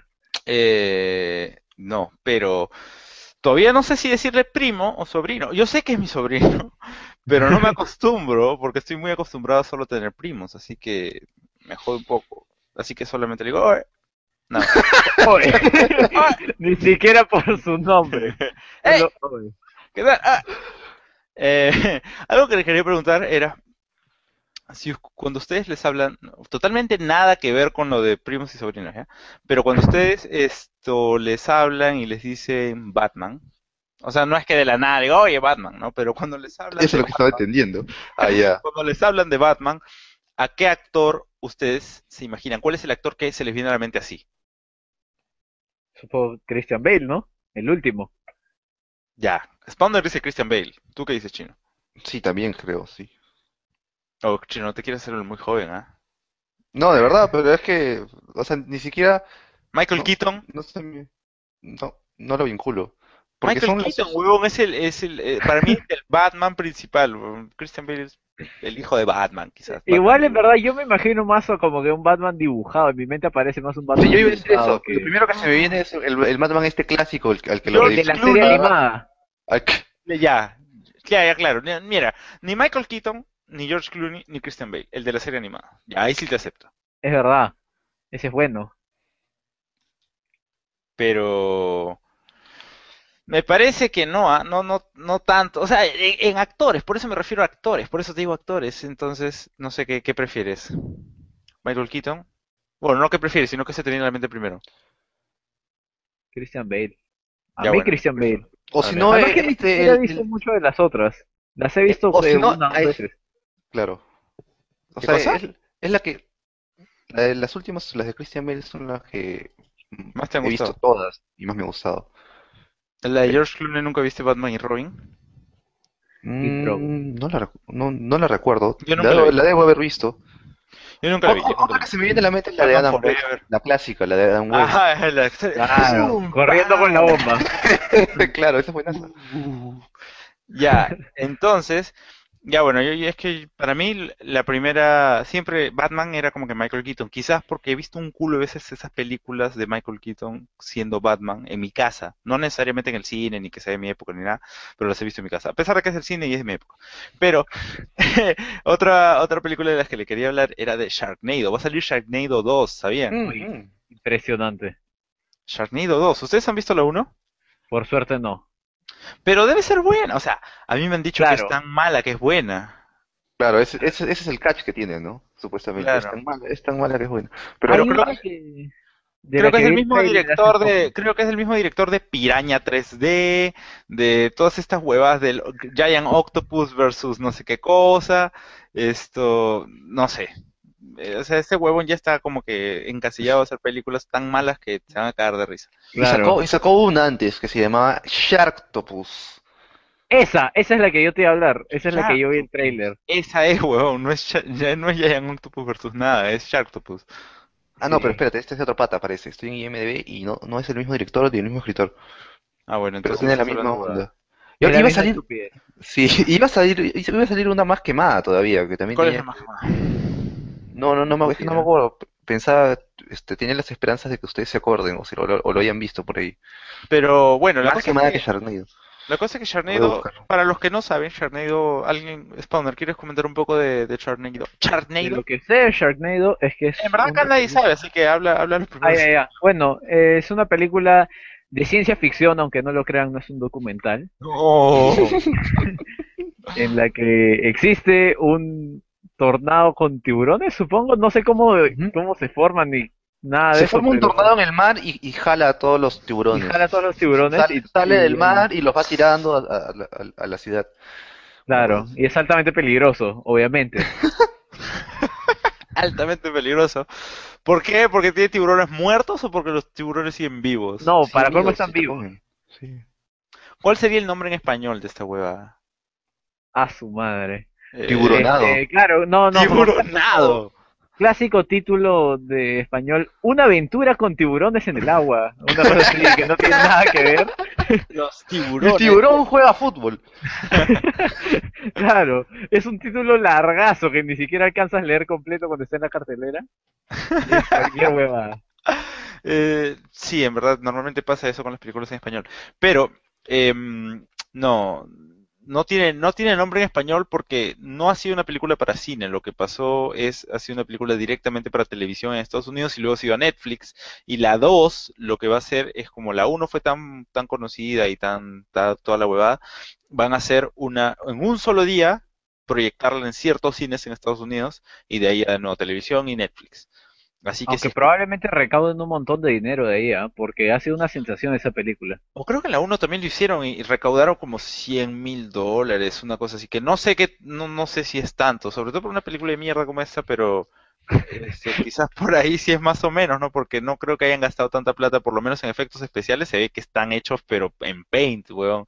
No, pero todavía no sé si decirle primo o sobrino. Yo sé que es mi sobrino, pero no me acostumbro, porque estoy muy acostumbrado a solo tener primos, así que me jode un poco. Así que solamente le digo, "Oye", nada más. Oye, ¡Ah! ni siquiera por su nombre. ¡Ey! Solo, oye. ¿Qué tal? Ah. Eh, algo que le quería preguntar era si cuando ustedes les hablan, totalmente nada que ver con lo de primos y sobrinos, ¿ya? Pero cuando ustedes esto les hablan y les dicen Batman, o sea, no es que de la nada diga, oye, Batman, ¿no? Pero cuando les hablan Eso es de lo que estaba Batman, entendiendo. Ah, ya. cuando les hablan de Batman, ¿a qué actor ustedes se imaginan? ¿Cuál es el actor que se les viene a la mente así? Supongo Christian Bale, ¿no? El último. Ya, Spawner dice Christian Bale. ¿Tú qué dices, Chino? Sí, también creo, sí. Oh, Chino, no te quieres hacer el muy joven, ¿ah? No, de verdad, pero es que, o sea, ni siquiera, Michael no, Keaton. no sé, no lo vinculo. Porque Michael son Keaton, los, huevón, para mí es el Batman principal, huevón. Christian Bale es el hijo de Batman, quizás. Batman Igual en verdad dibujado. yo me imagino más como que un Batman dibujado. En mi mente aparece más un sí, Batman yo iba a decir dibujado eso. Lo que primero que se me viene es el Batman este clásico, al que lo el de George la serie Clooney. reedificaron. animada. Ya, ya, claro. Mira, ni Michael Keaton, ni George Clooney, ni Christian Bale, el de la serie animada. Ya, ahí sí te acepto. Es verdad. Ese es bueno. Pero me parece que no, no tanto. O sea, en actores, por eso me refiero a actores, por eso te digo actores. Entonces, no sé qué prefieres. Michael Keaton. Bueno, no qué prefieres, sino que se te viene a la mente primero. Christian Bale. A Ya, mí bueno. Christian Bale. O si Dale. no, Además que ni siquiera he visto mucho de las otras. Las he visto o si no, una o dos veces. claro. O ¿Qué sea, cosa? es la que, las últimas, las de Christian Bale son las que ¿Más te han he visto gustado? todas y más me ha gustado. La de George Clooney, ¿nunca viste Batman y Robin? Kid Robin. No la recuerdo. Yo nunca la vi. La debo haber visto. Yo nunca la vi, yo nunca Otra la que vi. se me viene a la mente es la de Batman Adam West, Forever. la clásica, la de Adam West. Ajá, Claro, ¡Zoom! corriendo con la ¡Pam! bomba. Claro, esa fue buenaza. Ya, entonces, ya bueno, yo es que para mí la primera, siempre Batman era como que Michael Keaton, quizás porque he visto un culo de veces esas películas de Michael Keaton siendo Batman en mi casa, no necesariamente en el cine, ni que sea de mi época, ni nada, pero las he visto en mi casa, a pesar de que es el cine y es de mi época. Pero otra película de las que le quería hablar era de Sharknado, va a salir Sharknado 2, ¿sabían? Uy, Mm. impresionante. Sharknado 2, ¿ustedes han visto la uno? Por suerte no. Pero debe ser buena, o sea, a mí me han dicho que es Claro. tan mala que es buena. Claro, ese es el catch que tiene, ¿no? Supuestamente. Claro. Es tan mala que es buena. Pero Pero Hay creo, una que de creo la que que es el vi el mismo trailer hace director poco. creo que es el mismo director de Piraña 3D, de todas estas huevas del Giant Octopus versus no sé qué cosa, esto, no sé. O sea, este huevón ya está como que encasillado a hacer películas tan malas que se van a caer de risa. Claro. y sacó una antes que se llamaba Sharktopus. Esa es la que yo te iba a hablar. Esa es la que yo vi el Sharktopus. trailer. Esa es, huevón, no es, ya no es Giant Octopus versus nada, es Sharktopus. Ah, no, pero Sí. espérate, este es de otro pata, parece. Estoy en IMDb y no es el mismo director ni el mismo escritor, Ah, bueno, pero entonces tiene la estás misma hablando huevada. onda. Es la Iba a misma salir, estupidez. sí, iba a salir una más quemada todavía, que también ¿Cuál es tenía. la más quemada? No, Ni es que no me idea. acuerdo. Pensaba, tenía las esperanzas de que ustedes se acuerden o lo hayan visto por ahí. Pero bueno, Más quemada que Sharknado. la cosa es que Lo voy a Sharknado, buscar. para los que no saben, Sharknado, alguien, Spawner, ¿quieres comentar un poco de Sharknado? De ¿Sharknado? lo que sé de Sharknado es que En es verdad acá una nadie sabe, película. así que habla los Ah, primeros. ya, ya. Bueno, es una película de ciencia ficción, aunque no lo crean, no es un documental, No. en la que existe un tornado con tiburones, supongo. No sé Ujú. cómo se forman ni nada de Se eso, forma un pero tornado en el mar y jala a todos los y tiburones. jala a todos los tiburones Sale del mar y los va tirando a la ciudad. Una cosa claro, así. y es altamente peligroso, obviamente. Altamente peligroso. ¿Por qué? ¿Porque tiene tiburones muertos o porque los tiburones siguen vivos? No, para Siguen colmo vivos, están si te vivos. comen. Sí. ¿Cuál sería el nombre en español de esta hueva? A su madre. Tiburonado. Claro, no, Tiburonado. clásico título de español, Una aventura con tiburones en el agua. Una cosa así que no tiene nada que ver. Los El tiburones. tiburón juega fútbol. Claro, es un título largazo que ni siquiera alcanzas a leer completo cuando está en la cartelera. Y es cualquier huevada. Sí, en verdad, normalmente pasa eso con las películas en español. Pero, no, no tiene nombre en español porque no ha sido una película para cine. Lo que pasó es, ha sido una película directamente para televisión en Estados Unidos y luego se ido a Netflix. Y la 2 lo que va a hacer es como la uno fue tan conocida y toda la huevada, van a hacer en un solo día, proyectarla en ciertos cines en Estados Unidos y de ahí a nuevo televisión y Netflix. Así que si Aunque es que probablemente recauden un montón de dinero de ahí, ¿ah? Porque ha sido una sensación esa película. o creo que en la uno también lo hicieron y recaudaron como $100,000, una cosa así, que no sé si es tanto, sobre todo por una película de mierda como esta, pero quizás por ahí sí es más o menos, ¿no? Porque no creo que hayan gastado tanta plata, por lo menos en efectos especiales, se ve que están hechos, pero en Paint, weón.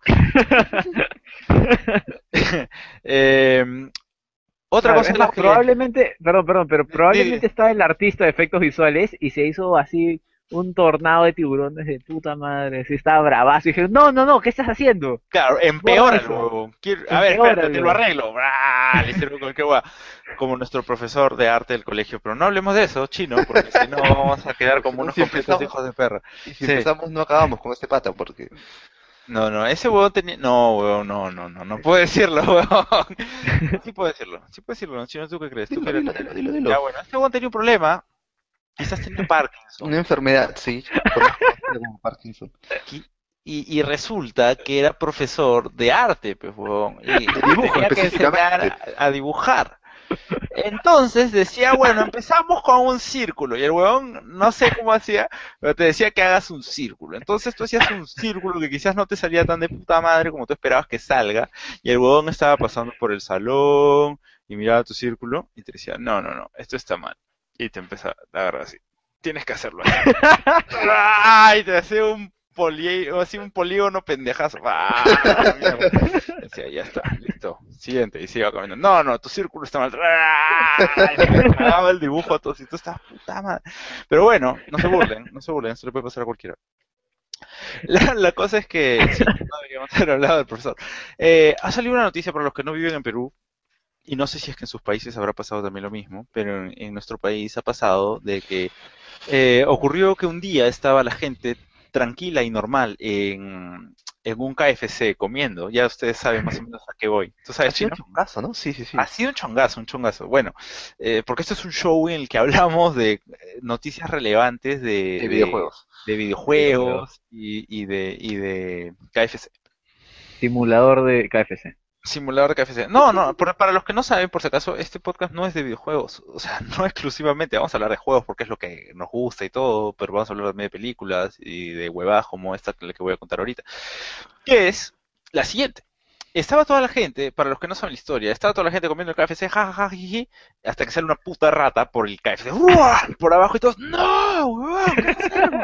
Em, Otra Claro, cosa es de las más, que... probablemente, perdón, pero di- probablemente estaba el artista de efectos visuales y se hizo así un tornado de tiburones de puta madre, así estaba bravazo y dije, no, ¿qué estás haciendo? Claro, Borra empeóralo, eso, huevón. A ver, espérate, te lo empeóralo. arreglo. Le hicieron cualquier hueá. Como nuestro profesor de arte del colegio. Pero no hablemos de eso, chino, porque si no vamos a quedar Porque si como no, unos completos hijos de perra. si Sí. empezamos no acabamos con este pata, porque No, ese huevón tenía... No, huevón, no puedo decirlo, huevón. Sí puedo decirlo, chino, ¿tú qué crees? ¿Tú qué eres? Ya, dilo. bueno, este huevón tenía un problema. Quizás tenía Una Parkinson. enfermedad, sí, conocida como Parkinson. qui- y resulta que era profesor de arte, pues, huevón, y De dibujo tenía que enseñar específicamente. a dibujar. Entonces decía, bueno, empezamos con un círculo. Y el huevón, no sé cómo hacía, pero te decía que hagas un círculo. Entonces tú hacías un círculo que quizás no te salía tan de puta madre como tú esperabas que salga. Y el huevón estaba pasando por el salón y miraba tu círculo y te decía, no, esto está mal. Y te empezaba a agarrar así. Tienes que hacerlo así. ¡Ay! Te hacía un polígono pendejazo. ¡Ah, la mierda! Decía, ya está, listo. Siguiente, y se iba caminando. No, tu círculo está mal. ¡Ah! Y le cagaba el dibujo a todos. Y tú estás puta madre. Pero bueno, no se burlen, eso le puede pasar a cualquiera. La cosa es que sí, no deberíamos haber hablado del profesor. Ha salido una noticia para los que no viven en Perú, y no sé si es que en sus países habrá pasado también lo mismo, pero en nuestro país ha pasado de que ocurrió que un día estaba la gente tranquila y normal en un KFC comiendo. Ya ustedes saben más o menos a qué voy. ¿Tú Ha sabes, sido un Chino? chungazo, ¿no? Sí, sí, Ha sí. sido un chongazo, un chongazo. Bueno, porque este es un show en el que hablamos de noticias relevantes De videojuegos. de De videojuegos. videojuegos y de KFC. Simulador de KFC. Simulador de KFC. No, no, para los que no saben, por si acaso, este podcast no es de videojuegos. O sea, no exclusivamente vamos a hablar de juegos porque es lo que nos gusta y todo, pero vamos a hablar también de películas y de huevadas como esta que voy a contar ahorita. Que es la siguiente. Estaba toda la gente, para los que no saben la historia, estaba toda la gente comiendo el KFC, jajaja, jiji, hasta que sale una puta rata por el KFC, ¡ruah! Por abajo y todos, ¡no! ¡Huevón! ¿Qué estás haciendo?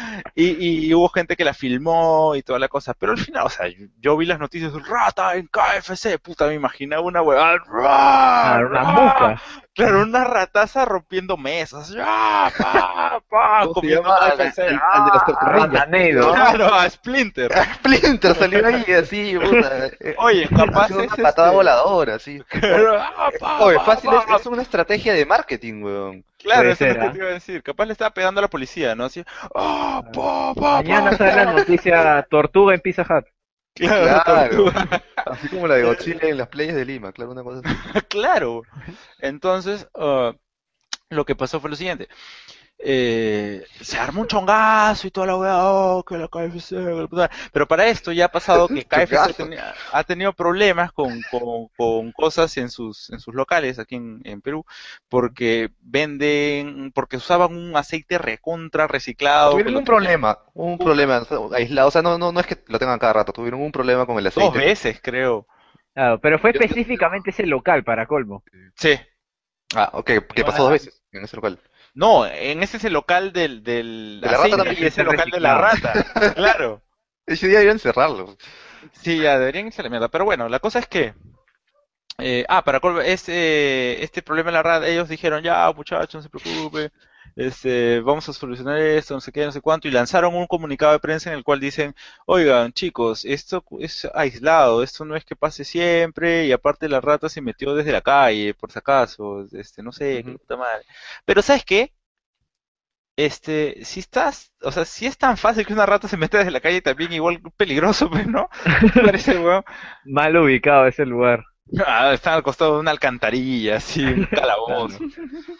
Y hubo gente que la filmó y toda la cosa, pero al final, o sea, yo vi las noticias, rata en KFC, puta, me imaginaba una huevada, ¡ruah! Ah, una ¡ruah! mosca. Claro, una rataza rompiendo mesas, ¡ah! ¡Pa! ¡pa! ¿Cómo se Comiendo llama? KFC, Al de los ¡ah! Torturrangers. ¿Cómo se Rataneido. llama? Claro, a Splinter. Splinter salió ahí así, puta. Oye, capaz Haciendo una es patada voladora, así. Ah, pa, Oye, pa, fácil, pa. es una estrategia de marketing, weón. Claro, Puede eso es lo ser, que te ¿ah? iba a decir. Capaz le estaba pegando a la policía, ¿no? Así, ah, pa, pa, Mañana pa, sale la pa. noticia Tortuga en Pizza Hut. Claro, Claro. tortuga. Así como la de Godzilla en las playas de Lima, claro, una cosa así. Claro. Entonces, lo que pasó fue lo siguiente. Se armó un chongazo y toda la weá, oh, que la KFC, que la puta. Pero para esto ya ha pasado que KFC Chungazo. ha tenido problemas con cosas en sus locales aquí en Perú, porque porque usaban un aceite recontra reciclado, que Tuvieron lo tenían un puta, problema aislado, o sea, no es que lo tengan cada rato, tuvieron un problema con el dos aceite. veces, creo. Claro, pero fue Yo- específicamente ese local para colmo. Sí. Ah, ok, que pasó dos veces en ese local. No, en ese es el local del De la rata aceite también. y es Aceite el local de la reciclado. rata. Claro. Ese día iban a cerrarlo. Sí, ya deberían irse a la mierda. Pero bueno, la cosa es que para este problema de la rata, ellos dijeron, ya muchachos, no se preocupe, vamos a solucionar esto, no sé qué, no sé cuánto, y lanzaron un comunicado de prensa en el cual dicen, oigan, chicos, esto es aislado, esto no es que pase siempre, y aparte la rata se metió desde la calle, por si acaso, no sé, qué Ujú. puta madre. Pero ¿sabes qué? Si estás, o sea, si es tan fácil que una rata se meta desde la calle, también igual peligroso, pues, ¿no? Parece, weón. Mal ubicado ese lugar. Están al costado de una alcantarilla, así, un calabozo. Claro.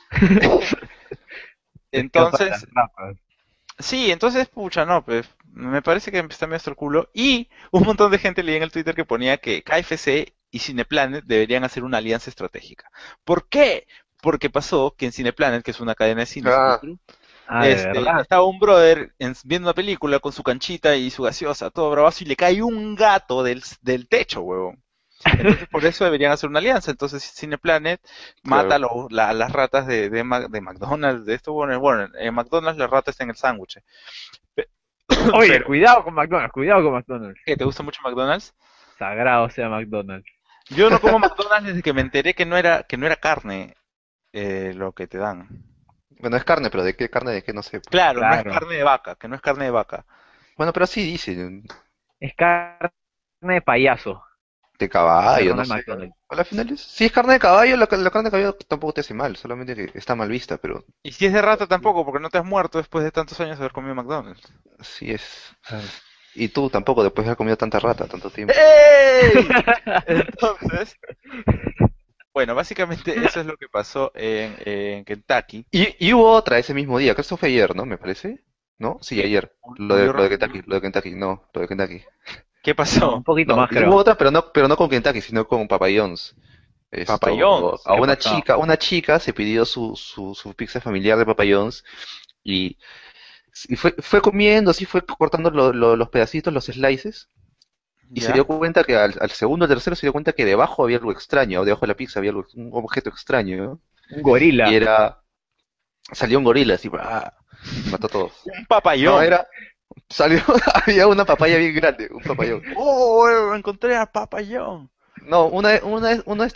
Se escapan las Entonces, rapas. sí, entonces, pucha, no, pues, me parece que está medio hasta el culo. Y un montón de gente leía en el Twitter que ponía que KFC y Cineplanet deberían hacer una alianza estratégica. ¿Por qué? Porque pasó que en Cineplanet, que es una cadena de cines aquí en Ah, Perú, Ah, de verdad. estaba un brother viendo una película con su canchita y su gaseosa, todo bravazo, y le cae un gato del techo, huevón. Entonces, por eso deberían hacer una alianza. Entonces, Cineplanet mata claro. las ratas de McDonald's, de esto, bueno, en McDonald's la rata está en el sándwich. Pe- Oye, Pero, cuidado con McDonald's, cuidado con McDonald's. ¿qué, te gusta mucho McDonald's? Sagrado sea McDonald's. Yo no como McDonald's desde que me enteré que no era carne lo que te dan. Bueno, es carne, pero ¿de qué carne? ¿De qué? No sé, pues. Claro, no es Claro. carne de vaca, que no es carne de vaca. Bueno, pero así dicen. Es carne de payaso. De caballo, no Ronald sé. McDonald. A la final si es carne de caballo, la carne de caballo tampoco te hace mal, solamente que está mal vista, pero Y si es de rata tampoco, porque no te has muerto después de tantos años de haber comido McDonald's. así es. Y tú tampoco, después de haber comido tanta rata tanto tiempo. ¡Ey! Entonces, bueno, básicamente eso es lo que pasó en Kentucky. Y hubo otra ese mismo día, que eso fue ayer, ¿no? Me parece. ¿No? Sí, ¿Qué? ayer. Murió Lo de Kentucky, lo de Kentucky, no, lo de Kentucky. ¿Qué No, un pasó? poquito No, más y hubo creo. otra, pero no con Kentucky, sino con Papa John's. Papayón. A ¿Qué pasó? una chica se pidió su pizza familiar de Papa John's y, y fue comiendo, así fue cortando los pedacitos, los slices, y se dio ¿Ya? cuenta que al segundo, al tercero se dio cuenta que debajo había algo extraño, debajo de la pizza había un objeto extraño, ¿no? Un gorila. Y salió un gorila así, ¡bra! Y mató a todos. Un No, papayón. salió, había una papaya bien grande, un papayón. ¡Oh, encontré al papayón! No, una de estas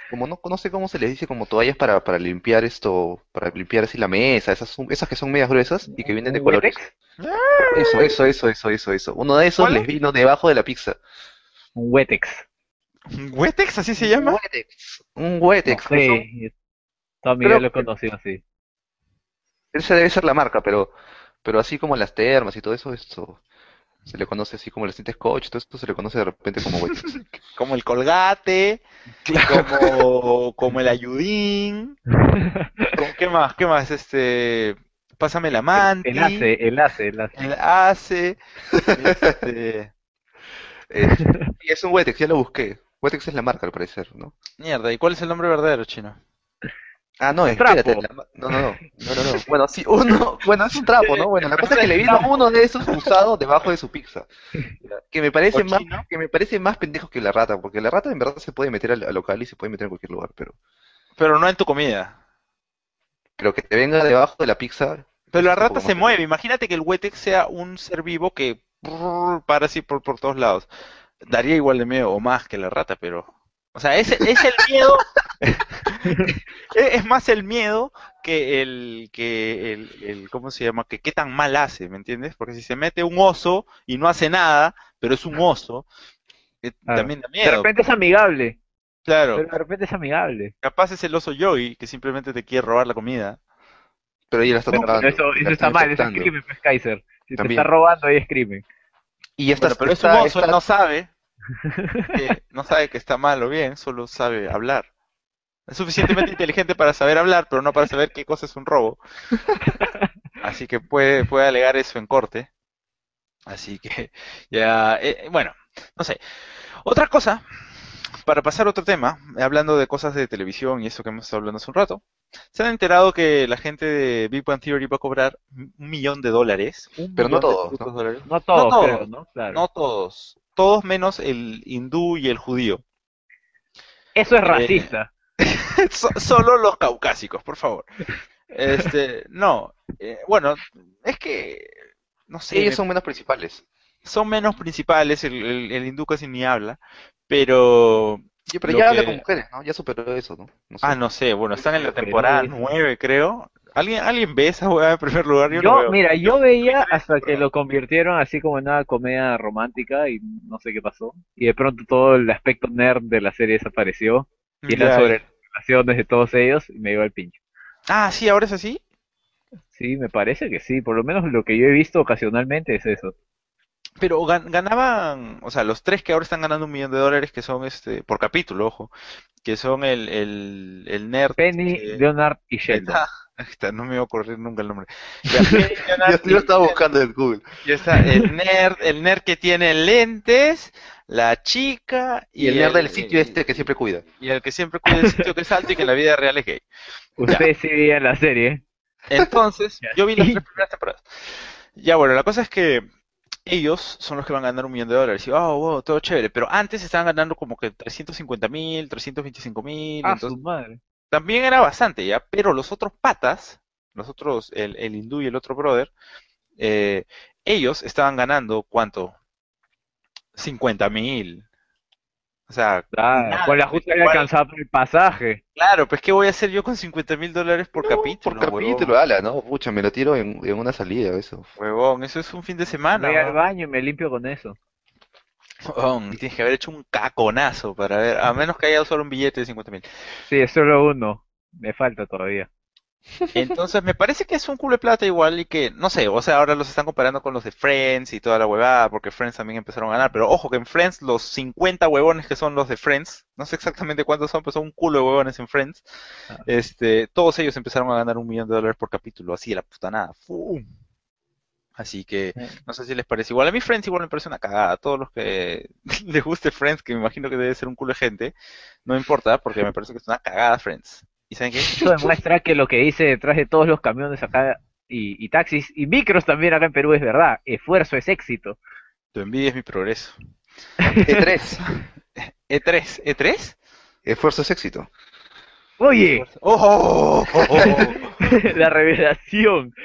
como no sé cómo se les dice, como toallas para limpiar para limpiar así la mesa, esas que son medias gruesas y que vienen ¿Un de Wetex? colores. Eso. Uno de esos ¿Cuál es? les vino debajo de la pizza. Un Wetex. ¿Un ¿Wetex así se Un llama? No Wetex, que son, sé, yo toda mi vida creo lo he que conocido así. esa debe ser la marca, pero así como las termas y todo eso, esto se le conoce así como los tintes Scotch, todo esto se le conoce de repente como Wetex. Como el Colgate, Claro. como el Ayudín, como, ¿qué más? ¿Qué más? Pásame la El Manti, ACE, el ACE, el ACE. el Ace, este, Y es un Wetex, ya lo busqué. Wetex es la marca al parecer, ¿no? mierda, ¿y cuál es el nombre verdadero, chino? Ah, no, Un espérate. trapo. No. Bueno, sí, uno, bueno, es un trapo, ¿no? Bueno, la cosa es que le vino uno de esos usado debajo de su pizza. Que me parece más, Cochino, que me parece más pendejo que la rata, porque la rata en verdad se puede meter al local y se puede meter en cualquier lugar, pero no en tu comida. pero que te venga debajo de la pizza, Pero eso la es un rata poco se más mueve, pendejo. imagínate que el Wetex sea un ser vivo que para así por todos lados. Daría igual de miedo o más que la rata, pero... O sea, es el miedo. Es más el miedo ¿cómo se llama? Que qué tan mal hace, ¿me entiendes? Porque si se mete un oso y no hace nada, pero es un oso, Claro. también da De miedo. repente es amigable, Claro, pero de repente es amigable. capaz es el oso Yogi que simplemente te quiere robar la comida. Pero ella la está Bueno, pero tocando, y la eso está está mal, eso es infectando, crimen, pues, Kaiser. Si te está también. robando, ahí es crimen. Y Bueno, pero es un oso, él no sabe que está mal o bien, solo sabe hablar. Es suficientemente inteligente para saber hablar, pero no para saber qué cosa es un robo. Así que puede alegar eso en corte. Así que ya, bueno, no sé. Otra cosa, para pasar a otro tema, hablando de cosas de televisión y eso que hemos estado hablando hace un rato, se han enterado que la gente de Big Bang Theory va a cobrar $1 millón, un Pero no millón de todos, putos ¿no? dólares. No No todos, creo, todos, ¿no? Claro. no todos, todos menos el hindú y el judío. Eso es Eh, racista. solo los caucásicos, por favor. No, bueno, es que, no sé, Ellos son menos principales. son menos principales, el hindú casi ni habla, pero Pero lo ya habla con que, mujeres, ¿no? Ya superó eso, ¿no? No sé. no sé, bueno, están en la De Perú temporada es... 9, creo. ¿Alguien ve esa hueá en primer lugar? Yo no Yo, veo. mira, Yo yo soy muy veía hasta que temporada. lo convirtieron así como en una comedia romántica y no sé qué pasó. Y de pronto todo el aspecto nerd de la serie desapareció y eran Ya, sobre ya. las relaciones de todos ellos y me iba al pincho. Ah, sí, ahora es así. Sí, me parece que sí, por lo menos lo que yo he visto ocasionalmente es eso. Pero ganaban, o sea, los tres que ahora están ganando $1 millón, que son por capítulo, ojo, que son el nerd Penny, que Leonard y ahí Sheldon. está, ahí está, no me iba a ocurrir nunca el nombre. Ya, Penny, Yo, Leonard yo y estaba buscando en Google. ya está el nerd que tiene lentes, la chica Y el nerd del sitio este que siempre cuida. y el que siempre cuida el sitio que es alto y que en la vida real es gay. Ya. Ustedes sí veían la serie. Entonces, Ya. yo vi las tres Y primeras temporadas. Ya, bueno, la cosa es que ellos son los que van a ganar $1 millón. Y, oh, wow, todo chévere. Pero antes estaban ganando como que 350.000, 325.000. a su Entonces, madre. también era bastante, ¿ya? Pero los otros patas, los otros, el hindú y el otro brother, eh, ellos estaban ganando, ¿cuánto? 50.000. O sea, Ah, con nada. la justa le alcanzaba por el pasaje. Claro, pues ¿qué voy a hacer yo con $50.000 por No, por capítulo, huevón? capítulo, ala, no, pucha, me lo tiro en una salida, eso. Huevón, eso es un fin de semana, Voy al huevón. baño y me limpio con eso. Huevón, tienes que haber hecho un caconazo para ver, a menos que haya usado un billete de 50.000. Sí, es solo uno. Me falta todavía. Entonces, me parece que es un culo de plata igual y que, no sé, o sea, ahora los están comparando con los de Friends y toda la huevada, porque Friends también empezaron a ganar, pero ojo que en Friends los 50 huevones que son los de Friends, no sé exactamente cuántos son, pero son un culo de huevones en Friends, Ah, todos ellos empezaron a ganar $1 millón por capítulo, así de la puta nada. ¡Fum! Así que, eh, no sé si les parece igual. A mí Friends igual me parece una cagada. A todos los que les guste Friends, que me imagino que debe ser un culo de gente, no me importa, porque me parece que es una cagada Friends. ¿Y saben qué? Eso demuestra que lo que dice detrás de todos los camiones acá y taxis y micros también acá en Perú es verdad. Esfuerzo es éxito. Tu envidia es mi progreso. E3, E3, ¿E3? esfuerzo es éxito. Oye, ¡Oh! la revelación.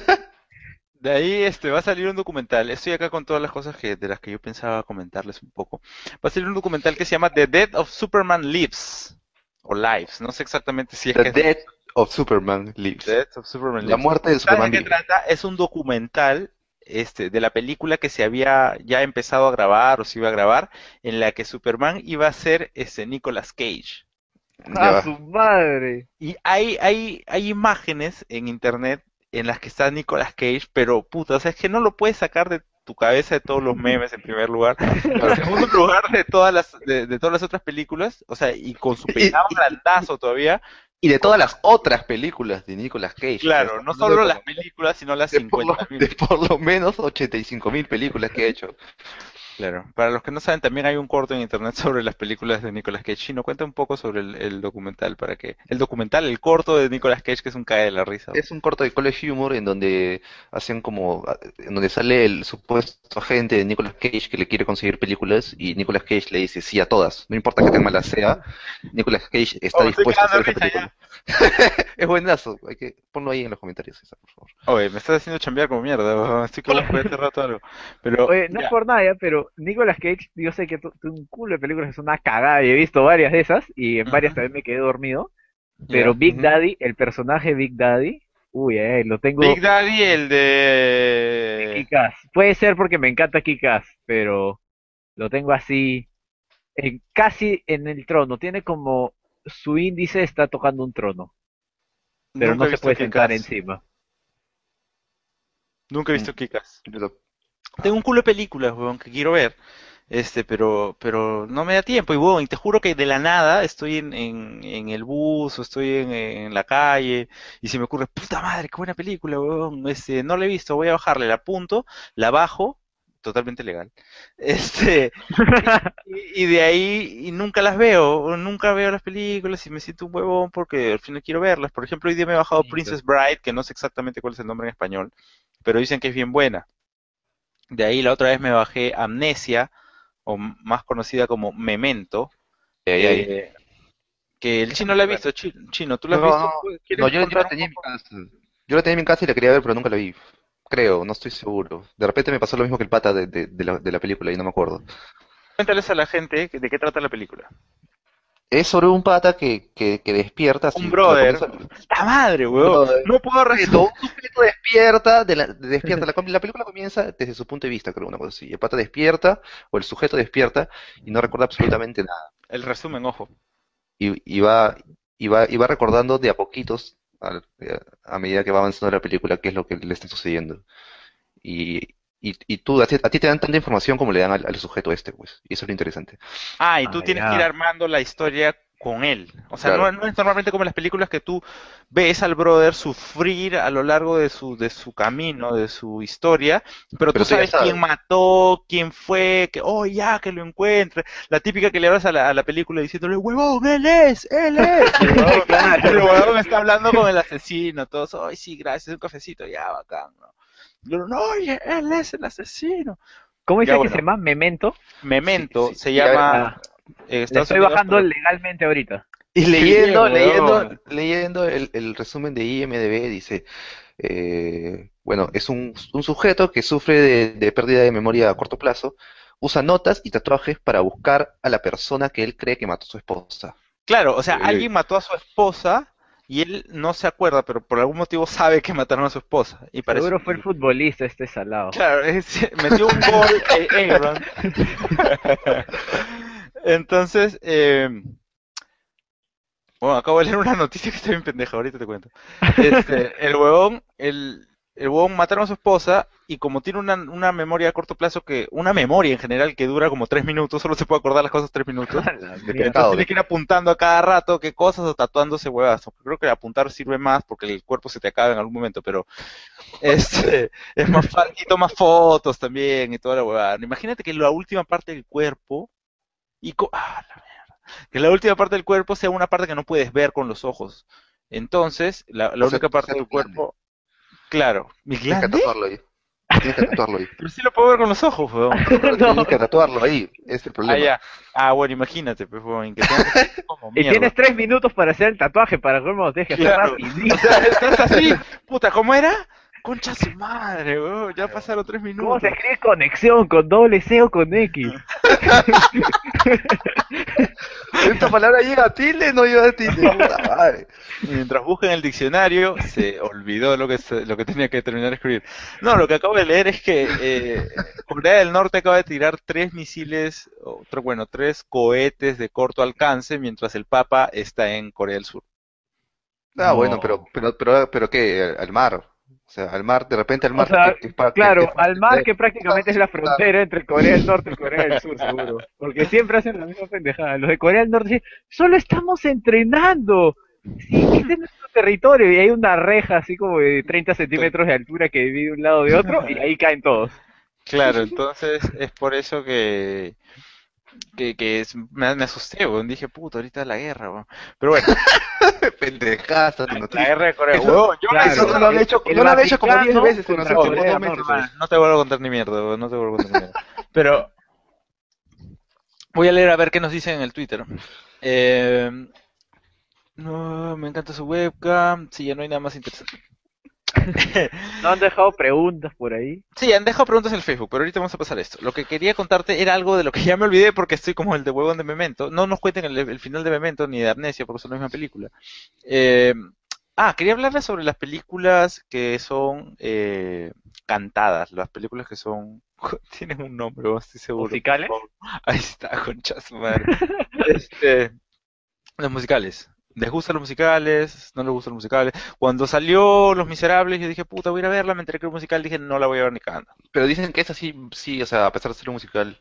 De ahí va a salir un documental. Estoy acá con todas las cosas de las que yo pensaba comentarles un poco. Va a salir un documental que se llama The Death of Superman Lives. o Lives, no sé exactamente si es The que es Death of Superman Lives. Death of Superman La Lives. muerte de ¿Sabes Superman de qué vive. trata? Es un documental de la película que se había ya empezado a grabar o se iba a grabar, en la que Superman iba a ser Nicolas Cage. ¡Ah, Ya. su madre! Y hay imágenes en internet en las que está Nicolas Cage, pero puta, o sea, es que no lo puedes sacar de tu cabeza de todos los memes en primer lugar. En Claro. segundo lugar, de todas las otras películas, o sea, y con su Y, peinado grandazo todavía. y de todas las otras películas de Nicolas Cage, o sea, Claro, estamos no hablando solo las películas, sino las de 50.000. por lo menos 85.000 películas que ha hecho. Claro, para los que no saben, también hay un corto en internet sobre las películas de Nicolas Cage. Chino, cuenta un poco sobre el documental, el corto de Nicolas Cage, que es un cae de la risa. Es un corto de College Humor en donde hacen como, en donde sale el supuesto agente de Nicolas Cage que le quiere conseguir películas y Nicolas Cage le dice sí a todas, no importa que tan mala sea, Nicolas Cage está Oh, me estoy dispuesto a quedando hacer esa risa película. ya. Es buenazo, hay que ponlo ahí en los comentarios, César, por favor. Oye, me estás haciendo chambear como mierda, weón. Estoy que busco hace rato algo. Pero, Oye, no es ya. por nada, ya, pero Nicolas Cage, yo sé que tiene un culo de películas que son una cagada y he visto varias de esas y en varias Ujú, también me quedé dormido, pero ya. Big Ujú. Daddy, el personaje Big Daddy, uy, lo Big tengo Daddy, el en de... Kick-Ass. Puede ser porque me encanta Kick-Ass, pero lo tengo así, casi en el trono. Tiene como su índice está tocando un trono, pero Nunca no he se visto puede sentar Kick-Ass. encima. Nunca he Mm, visto Kick-Ass. yo lo- Tengo ah, un culo de películas, weón, que quiero ver. Pero no me da tiempo. Y weón, y te juro que de la nada estoy en el bus o estoy en la calle y se me ocurre, puta madre, qué buena película, weón. No la he visto, voy a bajarle, la apunto, la bajo, totalmente legal. Este, y de ahí y nunca las veo, o nunca veo las películas y me siento un huevón porque al fin no quiero verlas. Por ejemplo, hoy día me he bajado Princess Bride, que no sé exactamente cuál es el nombre en español, pero dicen que es bien buena. De ahí la otra vez me bajé Amnesia, o más conocida como Memento, ay, ay. eh, que el Esa chino me la ha suena. visto. Chino, ¿tú la has No, visto? no, no, ¿Quieres yo la contar un tenía en mi poco? casa. Yo la tenía en mi casa y la quería ver, pero nunca la vi. Creo, no estoy seguro. De repente me pasó lo mismo que el pata de la película y no me acuerdo. Cuéntales a la gente de qué trata la película. Es sobre un pata que despierta Un así, o sea, brother. comienza ¡La madre, un weón! brother, No puedo resumir. un sujeto despierta, despierta, la película comienza desde su punto de vista, creo, una cosa así. El pata despierta, o el sujeto despierta, y no recuerda absolutamente nada. El resumen, ojo. Y va recordando de a poquitos, a medida que va avanzando la película, qué es lo que le está sucediendo. Y, y tú, a ti te dan tanta información como le dan al sujeto este, pues. Y eso es lo interesante. Ah, y tú Ah, tienes que ir ya. armando la historia con él. O sea, Claro. no es normalmente como en las películas que tú ves al brother sufrir a lo largo de su camino, de su historia, pero tú Pero tú ya sabes quién sabes. mató, quién fue, que, oh, ya, que lo encuentre. La típica que le hablas a la película diciéndole, huevón, él es. Y el Claro. huevón está hablando con el asesino, todos, ay, sí, gracias, un cafecito, ya, bacán, ¿no? Y luego, no, oye, él es el asesino. ¿Cómo Ya, dice que se bueno, llama? Memento. Sí, Memento sí, se sí, a ver. llama Ah, le Estados estoy Unidos, bajando pero legalmente ahorita. Y qué bien, leyendo, weón. leyendo el resumen de IMDb dice, bueno, es un sujeto que sufre de pérdida de memoria a corto plazo, usa notas y tatuajes para buscar a la persona que él cree que mató a su esposa. Claro, o sea, Uy, uy, uy. alguien mató a su esposa y él no se acuerda, pero por algún motivo sabe que mataron a su esposa. Y parece, Seguro fue el futbolista este salado. claro, metió un gol Aaron. Entonces, bueno, acabo de leer una noticia que está bien pendeja, ahorita te cuento. El huevón mataron a su esposa y como tiene una memoria a corto plazo una memoria en general que dura como 3 minutos, solo se puede acordar las cosas 3 minutos. A la De mierda. Entonces pescado, tiene que ir apuntando a cada rato qué cosas o tatuándose huevas. Creo que apuntar sirve más porque el cuerpo se te acaba en algún momento, pero es más fácil y toma fotos también y toda la huevada. Imagínate que la última parte del cuerpo que la última parte del cuerpo sea una parte que no puedes ver con los ojos. Entonces, la única va a parte ser del un glande. cuerpo, claro, ¿mi Tienes que glande? tatuarlo ahí. Tienes que tatuarlo ahí. Pero sí lo puedo ver con los ojos, weón. Pero No. tienes que tatuarlo ahí. Ese es el Ah, problema. ya. Ah, bueno, imagínate, pues, weón, que tengo que ser como Y mierda. tienes 3 minutos para hacer el tatuaje, para colmo, tienes que hacer Claro. O rapidito. sea, estás así, puta, ¿cómo era? Concha su madre, weón, ya pasaron 3 ¿Cómo se minutos. escribe conexión? ¿Con doble C o con X? Esta palabra llega a tilde, no llega a tilde. Puta madre. Mientras busca en el diccionario, se olvidó lo que tenía que terminar de escribir. No, lo que acabo de leer es que Corea del Norte acaba de tirar 3 misiles, bueno, 3 cohetes de corto alcance, mientras el Papa está en Corea del Sur. Ah, bueno, No. pero ¿qué? Al mar. O sea, al mar, de repente al O mar sea, te claro, al mar puede- que prácticamente es la frontera entre Corea del Norte y Corea del Sur, seguro. Porque siempre hacen la misma pendejada. Los de Corea del Norte dicen, solo estamos entrenando. Sí, este es nuestro territorio. Y hay una reja así como de 30 centímetros de altura que divide un lado de otro y ahí caen todos. Claro, entonces es por eso me asusté, weón. Dije, puta, ahorita la guerra, weón. Pero bueno, Pendejadas de la noticias. guerra de Corea, Eso, weón. Yo me eso Claro, no lo han hecho, el no lo han hecho como 10 Vaticano veces en los contra últimos Corea dos del meses. Norte. no te vuelvo a contar ni mierda, weón, no te vuelvo a contar ni mierda. Pero voy a leer a ver qué nos dicen en el Twitter. Eh, no, me encanta su webcam. Sí, ya no hay nada más interesante. No han dejado preguntas por ahí. Sí, han dejado preguntas en el Facebook, pero ahorita vamos a pasar a esto. Lo que quería contarte era algo de lo que ya me olvidé porque estoy como el de huevón de Memento. No nos cuenten el final de Memento ni de Amnesia porque son la misma película. Eh, quería hablarles sobre las películas que son cantadas, las películas que son... Tienen un nombre, no estoy seguro. Por ¿Musicales? favor. Ahí está, concha su madre. Este, los musicales. ¿Les gustan los musicales? ¿No les gustan los musicales? Cuando salió Los Miserables, yo dije, puta, voy a ir a verla. Me enteré que era un musical, dije, no la voy a ver ni cagando. Pero dicen que esa sí, sí, o sea, a pesar de ser un musical,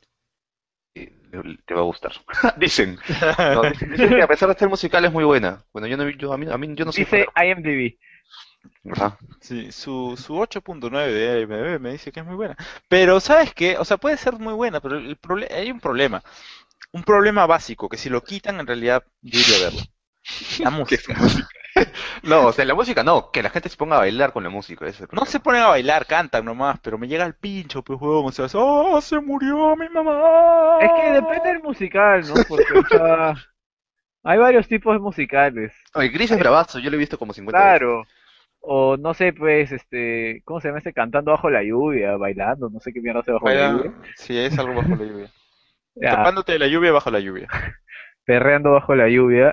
te va a gustar. Dicen. No, dicen que a pesar de ser musical es muy buena. Bueno, yo no, a mí, yo no soy fan Dice IMDb. Ajá. Sí, su 8.9 de IMDb me dice que es muy buena. Pero, ¿sabes qué? O sea, puede ser muy buena, pero hay un problema. Un problema básico, que si lo quitan, en realidad yo iría a verlo. La ¿Qué es música. música? No, o sea, la música no, que la gente se ponga a bailar con la música, ese es el No se problema. ponen a bailar, cantan nomás, pero me llega el pincho, pues, huevón. O sea, ¡oh, se murió mi mamá! Es que depende del musical, ¿no? Porque, o sea, hay varios tipos de musicales. Oye, Gris es Hay- bravazo, yo lo he visto como 50 veces. claro. O no sé, pues, ¿cómo se llama este? Cantando bajo la lluvia, bailando, no sé qué mierda hace bajo la Baila, lluvia. sí, es algo bajo la lluvia. Ya, Escapándote de la lluvia bajo la lluvia. perreando bajo la lluvia,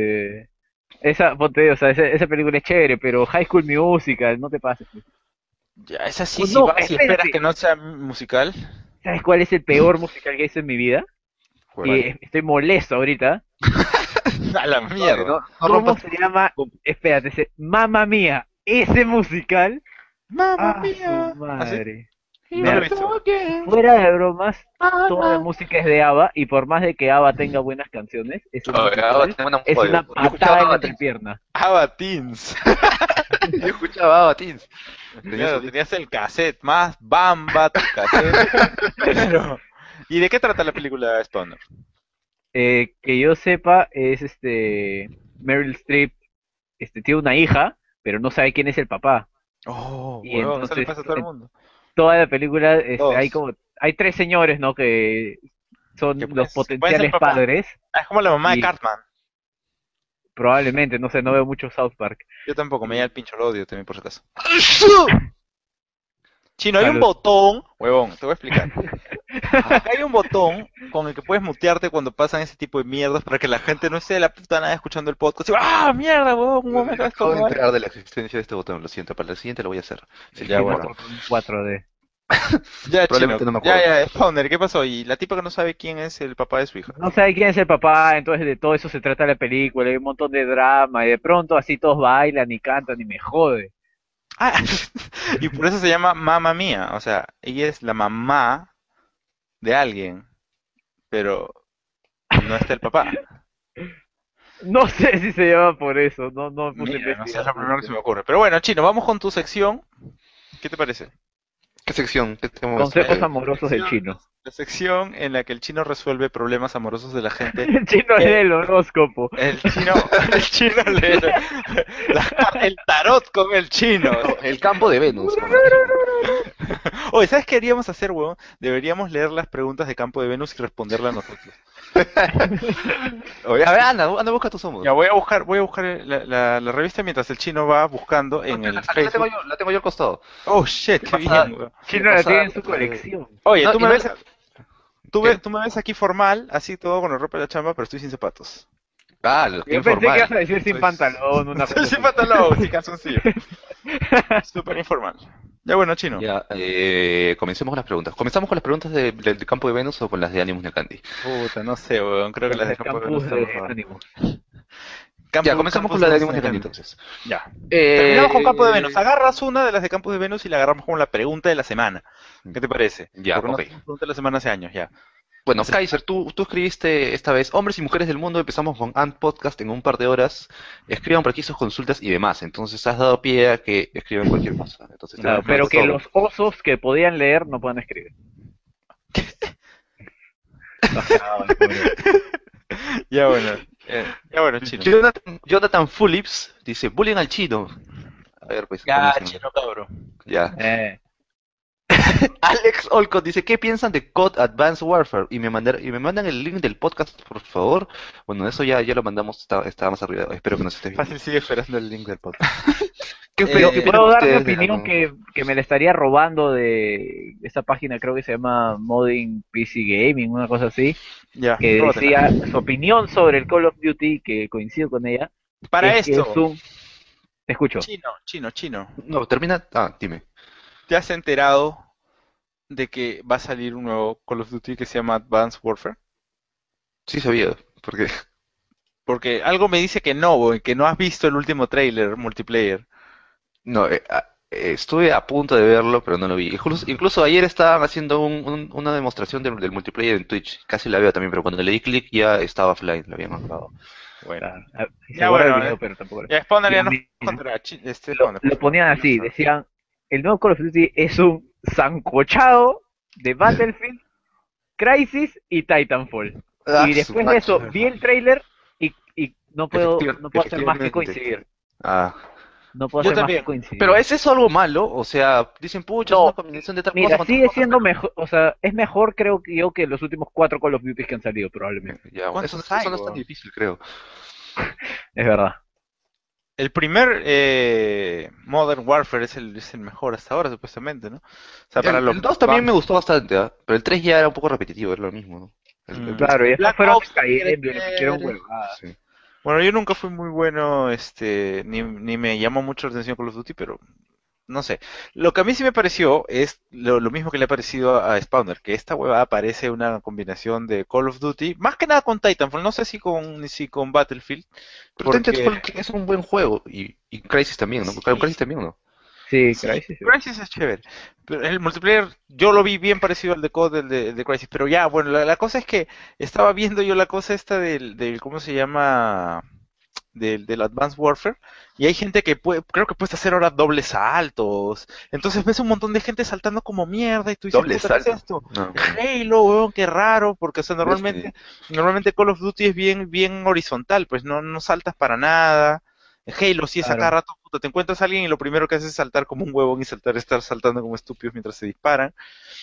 esa, ponte, o sea, esa película es chévere, pero High School Musical, no te pases, pues. Ya, es así, O si no, vas y esperas espérate, que no sea musical. ¿sabes cuál es el peor musical que hice en mi vida? Y ¿Cuál? estoy molesto ahorita. A la Oye, mierda. no ¿Cómo rompas se llama? Espérate, Mamma Mía, ese musical. Mamma Ah, su mía. ¿Así? madre. No lo he visto. Fuera de bromas, toda la música es de ABBA y por más de que ABBA tenga buenas canciones, ese Oye, ahora musical tengo una es oye, una yo escuchaba patada en la Ava Teens. entrepierna. Ava Teens. Yo escuchaba Ava Teens. Tenía Claro, su disco. tenías el cassette, más bamba tu cassette. Pero, ¿y de qué trata la película Spawner? Que yo sepa es Meryl Streep tiene una hija, pero no sabe quién es el papá. Oh, Y huevón, eso le entonces pasa a todo el mundo. toda la película Todos. hay tres señores, ¿no? Que Que son los pueden ser el potenciales papá. padres Ah, es como la mamá de y Cartman. probablemente, no sé, no veo mucho South Park. Yo tampoco, me da Y el pincho, lo odio también por si acaso. Chino, hay a un los botón, huevón, te voy a explicar. Acá hay un botón con el que puedes mutearte cuando pasan ese tipo de mierdas para que la gente no esté de la puta nada escuchando el podcast. Y, ¡ah, mierda, huevón! ¿Cómo me acabo de Acabo de estornudar! enterar de la existencia de este botón, lo siento, para la siguiente lo voy a hacer. Si es Ya, que me tiene bueno. acuerdo. un 4D. Ya, chino. Probablemente no me Ya, acuerdo. ya, Spawner, ¿qué pasó? Y la tipa que no sabe quién es el papá de su hija. No sabe quién es el papá, entonces de todo eso se trata la película, hay un montón de drama, y de pronto así todos bailan y cantan y me jode. Ah, y por eso se llama Mamma Mía. O sea, ella es la mamá de alguien, pero no está el papá. No sé si se llama por eso, no me puse a Mira, no sé, es investigar lo primero que se mucho. me ocurre. Pero bueno, chino, vamos con tu sección. ¿Qué te parece? ¿Qué sección? ¿Qué tenemos? Consejos La amorosos del sección, chino. la sección en la que el chino resuelve problemas amorosos de la gente. El chino lee el horóscopo. El chino, el chino lee el tarot con el chino. El campo de Venus. Oye, ¿sabes qué deberíamos hacer, weón? Deberíamos leer las preguntas de campo de Venus y responderlas nosotros. Oye, a ver, anda, busca tus Ya homos. voy a buscar la revista mientras el chino va buscando No, en el acá Facebook. la tengo yo al costado. Oh shit, ¿Qué qué bien, pasa? weón. ¿Qué Chino la tiene pasa? en su colección. Oye, No, y no era... ¿Qué? tú me ves aquí formal, así todo con la ropa de la chamba, pero estoy sin zapatos. Ah, lo Yo tiene pensé que formal. ibas a decir sin Estoy, pantalón, una estoy cosa sin así. pantalón, sin calzoncillo. Súper informal. Ya bueno, chino. Ya, comencemos con las preguntas. ¿Comenzamos con las preguntas del campo de Venus o con las de Animus Necandi? Puta, no sé, weón. Creo que las de El campo de Venus campus están de mejor. ánimo. Ya, comencemos con Campus la de Venus Animus en Necandi Necandi. entonces. Ya. Terminamos con Campo de Venus. Eh, Agarras una de las de Campus de Venus y la agarramos como la pregunta de la semana. ¿Qué te parece? ya, Porque no ok. hacemos pregunta de la semana hace años ya. Bueno, Entonces, Kaiser, tú escribiste esta vez Hombres y Mujeres del Mundo, empezamos con Ant Podcast en un par de horas. Escriban por aquí sus consultas y demás. Entonces has dado pie a que escriban cualquier cosa. Entonces te voy a Claro, dejar pero que todo. los osos que podían leer no puedan escribir. Bajado, pobre. ya bueno. Ya bueno, chino. Jonathan Phillips dice, bullying al chino. A ver, pues, Ya, comienza. chino cabro. Ya. Eh, Alex Olcott dice, ¿qué piensan de COD Advanced Warfare? Y me mandan el link del podcast, por favor. Bueno, eso ya lo mandamos, estaba más arriba. Espero que nos estés viendo. Fácil sigue esperando el link del podcast. ¿Qué opinan puedo dar mi ustedes de opinión que me la estaría robando de esta página, creo que se llama Modding PC Gaming, una cosa así, Ya, que róbatela. decía su opinión sobre el Call of Duty, que coincido con ella, Para es que es esto, un... Te escucho. chino. No, termina... Ah, dime. ¿Te has enterado de que va a salir un nuevo Call of Duty que se llama Advanced Warfare? Sí sabía, porque... Porque algo me dice que no, güey, que no has visto el último tráiler multiplayer. No, estuve a punto de verlo, pero no lo vi. Incluso ayer estaban haciendo una demostración del multiplayer en Twitch. Casi la veo también, pero cuando le di clic ya estaba offline, lo habían acabado. Bueno. Claro. Y se Ya borra el bueno, video, pero tampoco. ya Spawner ya Ya, nos mira, contará. Spawner, por lo favor. ponían así, decían, el nuevo Call of Duty es un sancochado de Battlefield, Crisis y Titanfall. Ah, Y su después de eso máquina. vi el tráiler y no puedo hacer más que Efectivamente. coincidir. Ah. No puedo Yo hacer más que también. Pero coincidir. ¿es eso algo malo? O sea, dicen, pucha, es una No, combinación de tal cosa mira, con tal sigue cosa, siendo pero... mejor, o sea, es mejor creo que yo que los últimos 4 Call of Duty que han salido probablemente. Ya, ¿Cuántos hay, eso no es tan weón? difícil, creo. Es verdad. El primer Modern Warfare es el mejor hasta ahora, supuestamente, ¿no? O sea, para los El 2 también me gustó bastante, ¿ah? Pero el 3 ya era un poco repetitivo, era lo mismo, ¿no? El Claro, y después Black fueron Ops, cayendo y le metieron huevadas. sí. bueno, yo nunca fui muy bueno, ni me llamó mucho la atención Call of Duty, pero no sé. Lo que a mí sí me pareció es lo mismo que le ha parecido a Spawner, que esta huevada parece una combinación de Call of Duty, más que nada con Titanfall, no sé si con Battlefield, Pero porque Titanfall es un buen juego. Y Crysis también, ¿no? Claro, sí, Crysis también, ¿no? Sí, sí, Crysis. Sí. Crysis es chévere. Pero el multiplayer yo lo vi bien parecido al de COD, el de Crysis, pero ya, bueno, la cosa es que estaba viendo yo la cosa esta ¿cómo se llama? Del Advanced Warfare, y hay gente que creo que puedes hacer ahora dobles saltos, entonces ves un montón de gente saltando como mierda y tú dices, Doble puta, ¿qué es salto. esto? No. Halo, weón, qué raro, porque o sea, Destiny. normalmente Call of Duty es bien horizontal, pues no saltas para nada. Halo sí es a cada Claro. rato, puta, te encuentras a alguien y lo primero que haces es saltar como un huevón y estar saltando como estúpidos mientras se disparan.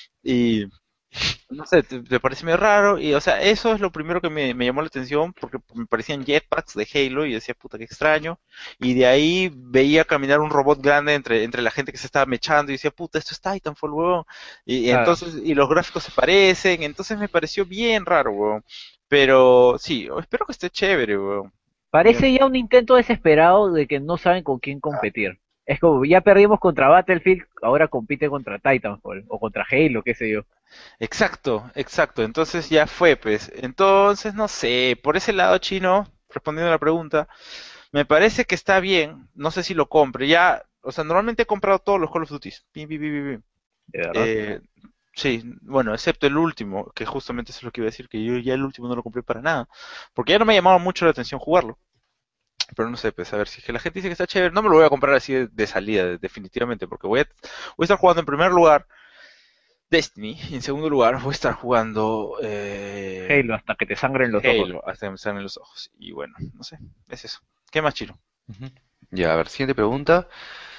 Y no sé, te parece medio raro. Y, o sea, eso es lo primero que me llamó la atención porque me parecían jetpacks de Halo y decía, puta, qué extraño. Y de ahí veía caminar un robot grande entre la gente que se estaba mechando y decía, puta, esto es Titanfall, huevón. Y Claro. entonces, y los gráficos se parecen, entonces me pareció bien raro, huevón. Pero sí, espero que esté chévere, huevón. Ya. Parece ya un intento desesperado de que no saben con quién competir. Es como, ya perdimos contra Battlefield, ahora compite contra Titanfall o contra Halo, qué sé yo. Exacto, exacto. Entonces ya fue, pues. Entonces, no sé, por ese lado chino, respondiendo a la pregunta, me parece que está bien. No sé si lo compre. Ya, o sea, normalmente he comprado todos los Call of Duty. Pim, pim, pim, pim, pim. De verdad. Eh, sí, bueno, excepto el último, que justamente eso es lo que iba a decir, que yo ya el último no lo compré para nada. Porque ya no me llamaba mucho la atención jugarlo. Pero no sé, pues a ver, si es que la gente dice que está chévere, no me lo voy a comprar así de salida, definitivamente, porque voy a estar jugando en primer lugar Destiny, y en segundo lugar voy a estar jugando Halo, hasta que te sangren los ojos. Halo, hasta que me salen los ojos. Y bueno, no sé, es eso. ¿Qué más, Chiro? Ujú. Ya, a ver, siguiente pregunta.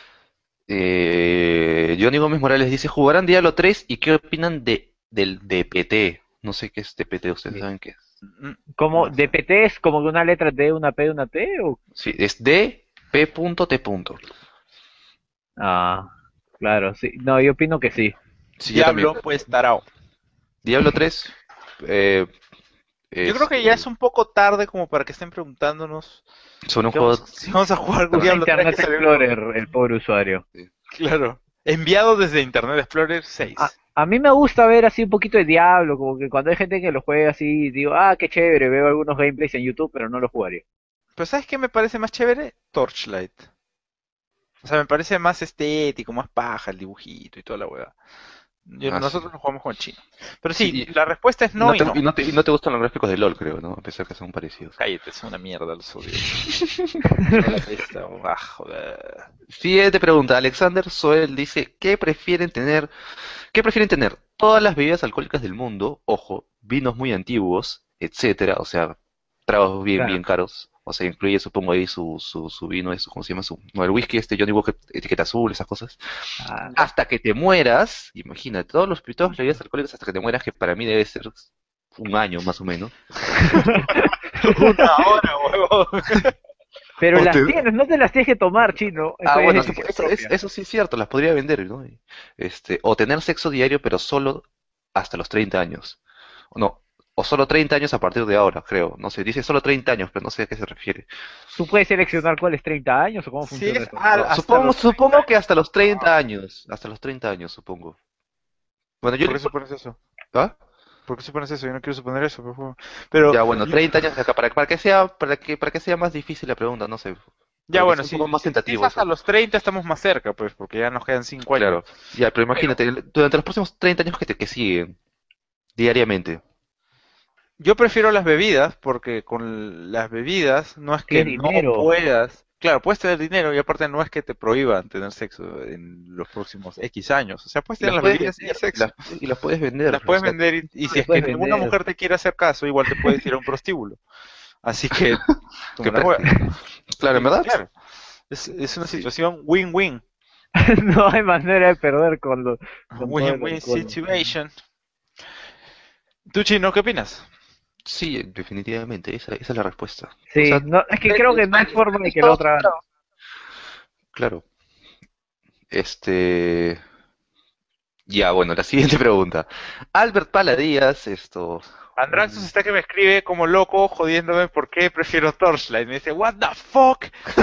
Johnny Gómez Morales dice, ¿jugarán Diablo 3 y qué opinan del DPT? No sé qué es DPT, ¿ustedes Di- saben qué es? Mm, ¿Cómo? no sé. ¿DPT es como que una letra D, una P, una T? ¿O? Sí, es D, P punto, T punto. Ah, claro, sí. No, yo opino que sí. Sí, yo también. Diablo, pues tarao. Diablo 3, eh, Yo creo que ya es este, un poco tarde como para que estén preguntándonos sobre un si vamos, juego. si vamos a jugar Usa Diablo 3 que Internet salió. Explorer, el pobre usuario. Claro. Enviado desde Internet Explorer A, 6. a mí me gusta ver así un poquito de Diablo, como que cuando hay gente que lo juega así, digo, ah, qué chévere, veo algunos gameplays en YouTube, pero no lo jugaría. Pero ¿sabes qué me parece más chévere? Torchlight. O sea, me parece más estético, más paja el dibujito y toda la hueá. Ah, sí. Nosotros lo jugamos con el chino. Pero Sí, sí, la respuesta es y no no y te, no. y no te gustan los gráficos de LOL, creo, ¿no? A pesar que son parecidos. Cállate, es una mierda, los odio. Son la pesta, ah, joder. Siguiente pregunta. Alexander Soel dice, ¿qué prefieren tener? Todas las bebidas alcohólicas del mundo, ojo, vinos muy antiguos, etcétera, o sea, tragos bien, Claro. bien caros. O sea, incluye, supongo, ahí su vino, eso, ¿cómo se llama? No, el whisky Johnny Walker, etiqueta azul, esas cosas. Ah, ¿Ya? Hasta que te mueras, imagínate, todas las bebidas alcohólicas hasta que te mueras, que para mí debe ser un año más o menos. Una hora, huevón. pero O las te- tienes, no te las tienes que tomar, chino. Ah, Eso es bueno, decisión eso, propia. eso sí es cierto, las podría vender, ¿no? O tener sexo diario, pero solo hasta los 30 años. O no, o solo 30 años a partir de ahora, creo. No sé, dice solo 30 años, pero no sé a qué se refiere. ¿Tú puedes seleccionar cuál es 30 años o cómo Si funciona es eso? hasta Supongo, los supongo 30 que hasta los 30 no. años. Hasta los 30 años, supongo. Bueno, yo ¿Por qué digo, supones eso? ¿ah? ¿Por qué supones eso? Yo no quiero suponer eso, por favor. Pero, Ya, bueno, 30 años de acá, para que sea más difícil la pregunta, no sé. ya Para que bueno, sea un poco más si es tentativo hasta eso. los 30 estamos más cerca, pues, porque ya nos quedan 5 años. Claro. Ya, pero Pero imagínate, durante los próximos 30 años que siguen, diariamente. yo prefiero las bebidas, porque con las bebidas no es que Tienes no dinero. puedas, claro, puedes tener dinero y aparte no es que te prohíban tener sexo en los próximos X años. O sea, puedes Y tener las las puedes bebidas y vender, sexo. y las puedes vender, Las o puedes sea, vender y si Las es que puedes ninguna vender. mujer te quiere hacer caso, igual te puedes ir a un prostíbulo. Así que, qué como la juegas. práctico. Claro, en verdad, Claro, es una sí. situación win-win. No hay manera de perder con todo el Win-win alcohol. situation. ¿Tú, Chino, qué opinas? Sí, definitivamente, esa es la respuesta. O Sí, sea, no, es que creo que no hay forma de es que la todo otra gane. claro. Claro, este... Ya, bueno, la siguiente pregunta. Albert Paladías, Andraxus está que me escribe como loco, jodiéndome por qué prefiero Torchlight. Me dice, what the fuck?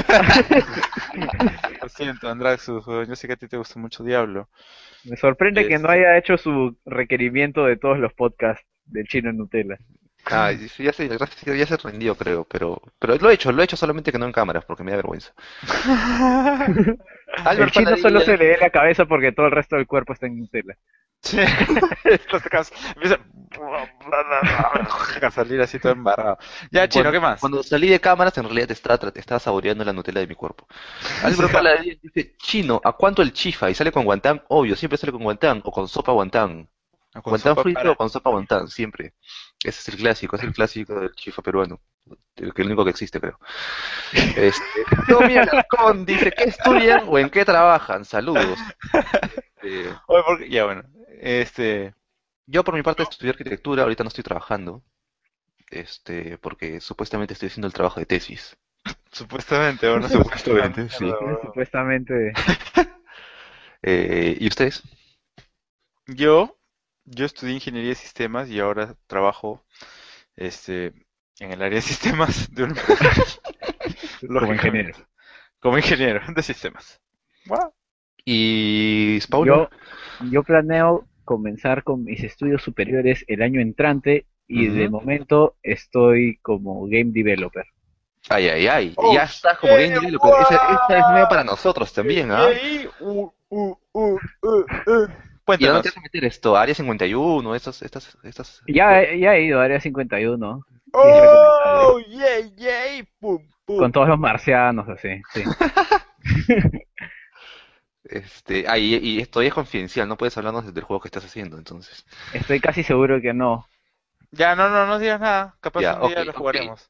Lo siento, Andraxus, weón, yo sé que a ti te gusta mucho Diablo. Me sorprende que no Este, haya hecho su requerimiento de todos los podcasts del chino en Nutella. sí, ya se rindió, creo, pero lo he hecho solamente que no en cámaras, porque me da vergüenza. El Albert chino solo Paladías, se le ve la cabeza porque todo el resto del cuerpo está en Nutella. sí, empieza a salir así todo embarrado. Ya, Chino, cuando, ¿qué más? cuando salí de cámaras, en realidad estaba saboreando la Nutella de mi cuerpo. Albert Paladías dice, chino, ¿a cuánto el chifa? Y sale con guantán, obvio, siempre sale con guantán, o con sopa guantán. Con Guantán sopa frito o para... con sopa guantán, siempre. Ese es el clásico del chifa peruano. El único que existe, creo. Tommy Alarcón dice, ¿qué estudian o en qué trabajan? Saludos. Oye, ya, bueno, Yo por mi parte estudié arquitectura, ahorita no estoy trabajando, porque supuestamente estoy haciendo el trabajo de tesis. supuestamente, o no sé, una Supuestamente, mierda, sí. weón. Supuestamente. ¿Y ustedes? Yo, yo estudié ingeniería de sistemas y ahora trabajo, este, en el área de sistemas de una empresa, Como ingeniero. lógicamente, como ingeniero de sistemas. Bueno, ¿Y Paulo? Yo, yo planeo comenzar con mis estudios superiores el año entrante y de Ujú. momento estoy como game developer. Ay, ay, ay. oh Ya estás como game shit, developer. Esa es nueva wow, para nosotros también, ¿ah? yay, uh. ¿Y a dónde te vas Cuéntanos. a meter esto? ¿Área 51? Ya, ya he ido a Área 51, sí es recomendable. Oh, yay, Con pum. todos los marcianos, así, sí. Y esto ya es confidencial, no puedes hablarnos del juego que estás haciendo, entonces. Estoy casi seguro que no. Ya, no digas nada. Capaz Ya, un ok, día lo ok. jugaremos.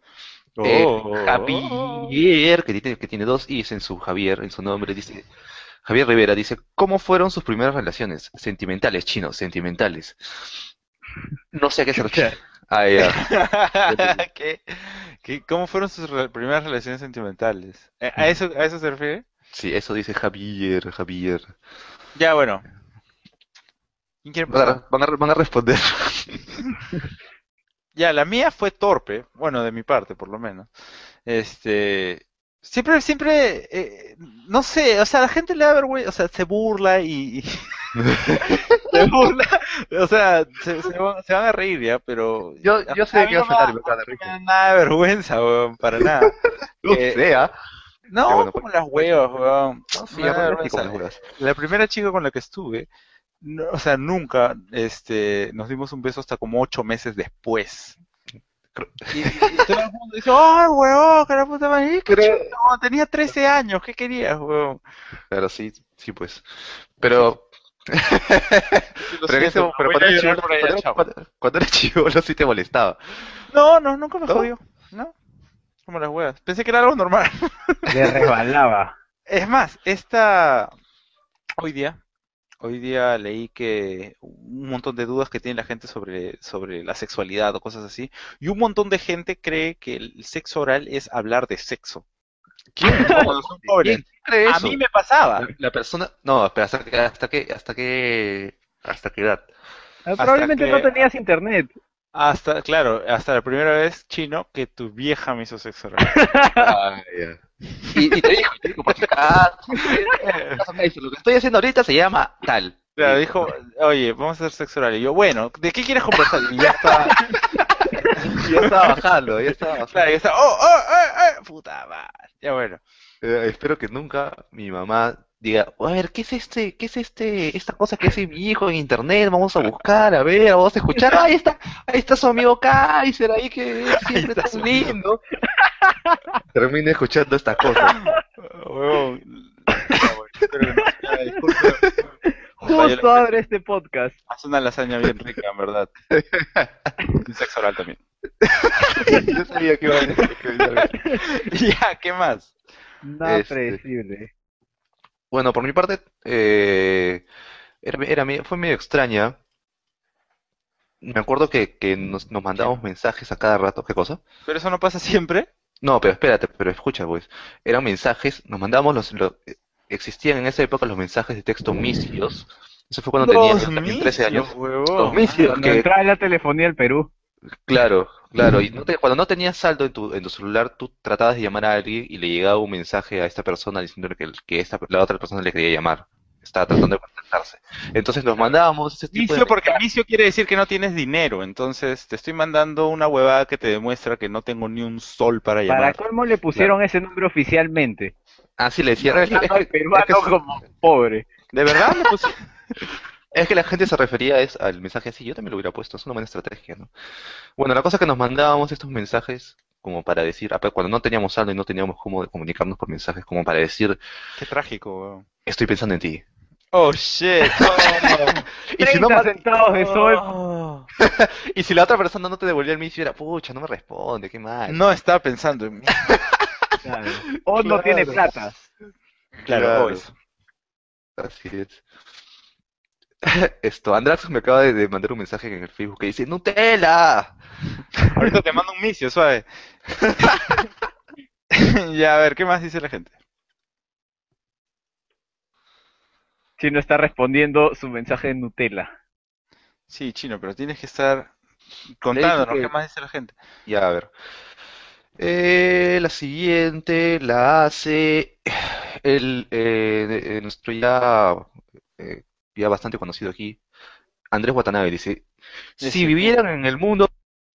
Oh. Javier, que tiene dos I's en su Javier, en su nombre, dice, Javier Rivera dice, ¿cómo fueron sus primeras relaciones? Sentimentales, chinos, sentimentales. No sé a qué se Chucha, refiere. Ah, ya. Ya te- ¿Qué, cómo fueron sus primeras relaciones sentimentales? A eso se refiere? Sí, eso dice Javier, Javier. Ya, bueno. ¿Quién quiere empezar? Van a responder. Ya, la mía fue torpe, bueno, de mi parte por lo menos. Este, siempre, no sé, o sea, a la gente le da vergüenza, o sea, se burla y se burla, o sea, se van a reír ya, pero Yo sé a de mí qué no vas me a hablar da, y me a cago mí de no me risa. da nada de vergüenza, weón, para nada. No sé, ¿ah? Ya No, bueno, como las pues, huevas, weón, no, no me sí, da arregla así como vergüenza. las huevas. La primera chica con la que estuve, o sea, nunca, nos dimos un beso hasta como 8 meses después. Creo- Y todo el mundo dice, ¡ay, huevón, que la puta madre! ¡Qué chulo! Pero, Tenía 13 años, ¿qué querías, huevón? pero sí, sí, pues. Sí, Pero, sí, lo pero, siento, pero pero voy cuando a eres llorar chivolo, por ella, chao. cuando eres chivolo sí te molestaba, No, no, nunca me ¿no? jodió, ¿no? Como las huevas. Pensé que era algo normal. Le resbalaba. Es más, hoy día, hoy día leí que un montón de dudas que tiene la gente sobre la sexualidad o cosas así, y un montón de gente cree que el sexo oral es hablar de sexo. ¿Quién? Cuando No, son jóvenes. ¿quién cree A mí eso? me pasaba. La persona, no, espera, hasta qué edad. Hasta Probablemente no que tenías internet. Claro, hasta la primera vez, chino, que tu vieja me hizo sexo oral. Ah, ya. Te dijo, por si acaso, me dice, lo que estoy haciendo ahorita se llama tal. Te Claro, dijo, dijo, oye, vamos a hacer sexo oral. Y yo, bueno, ¿de qué quieres conversar? Y ya estaba, y ya estaba bajando, ya estaba claro, bajando. ya estaba, oh, oh, oh, oh, puta madre. Ya bueno. Espero que nunca mi mamá diga, a ver, qué es esta cosa que hace mi hijo en internet? Vamos a buscar, a ver, vamos a escuchar. ¡Ah, ahí está su amigo Kaiser, ahí que es Ahí siempre está tan su amigo. lindo. Termina escuchando estas cosas. Huevón. Ya bueno, espero que no se me disculpe. Me falló la Justo abre impresión. este podcast. Hace una lasaña bien rica, en verdad. Y un sexo oral también. Yo sabía que iba a decir que venía a decir. Ya, ¿qué más? Nada Este, predecible. bueno, por mi parte, fue medio extraña. Me acuerdo que nos ¿Qué? mandábamos mensajes a cada rato. ¿Qué cosa? Pero eso no pasa siempre. No, pero espérate, pero escucha, pues. Eran mensajes, nos mandábamos existían en esa época los mensajes de texto misios. Eso fue cuando tenía Los yo también 13 misios, años. Los huevón. misios Cuando que, entraba la telefonía del Perú. claro, claro, y cuando no tenías saldo en tu celular, tú tratabas de llamar a alguien y le llegaba un mensaje a esta persona diciéndole la otra persona le quería llamar. Estaba tratando de contactarse. Entonces nos Claro. mandábamos ese tipo de Misio, porque mensajes. misio quiere decir que no tienes dinero. Entonces te estoy mandando una huevada que te demuestra que no tengo ni un sol para Para llamar. colmo le Claro. pusieron ese nombre oficialmente. Así le decía, Imaginando al peruano como pobre. ¿De verdad le puse? es que la gente se refería al mensaje así, yo también lo hubiera puesto, es una buena estrategia, ¿no? Bueno, la cosa es que nos mandábamos estos mensajes como para decir, cuando no teníamos saldo y no teníamos cómo comunicarnos por mensajes, como para decir, Qué trágico, huevón. estoy pensando en ti. Oh, shit. Oh, Y si no, 30 centavos de sol. oh. y si la otra persona no te devolvía el mismo, era, pucha, no me responde, qué mal. No estaba pensando en mí. Claro. O no tiene Claro, plata. Claro, oh, claro, eso. así es. Andrax me acaba de mandar un mensaje en el Facebook que dice, ¡Nutella! Ahorita te mando un misio, suave. Ya, a ver, ¿qué más dice la gente? Si no está respondiendo su mensaje de Nutella. Sí, chino, pero tienes que estar Le dije contándonos qué que, más dice la gente. ya, a ver. La siguiente la hace nuestro eh, ya bastante conocido aquí, Andrés Watanabe. Dice, si Ese puto. vivieran en el mundo...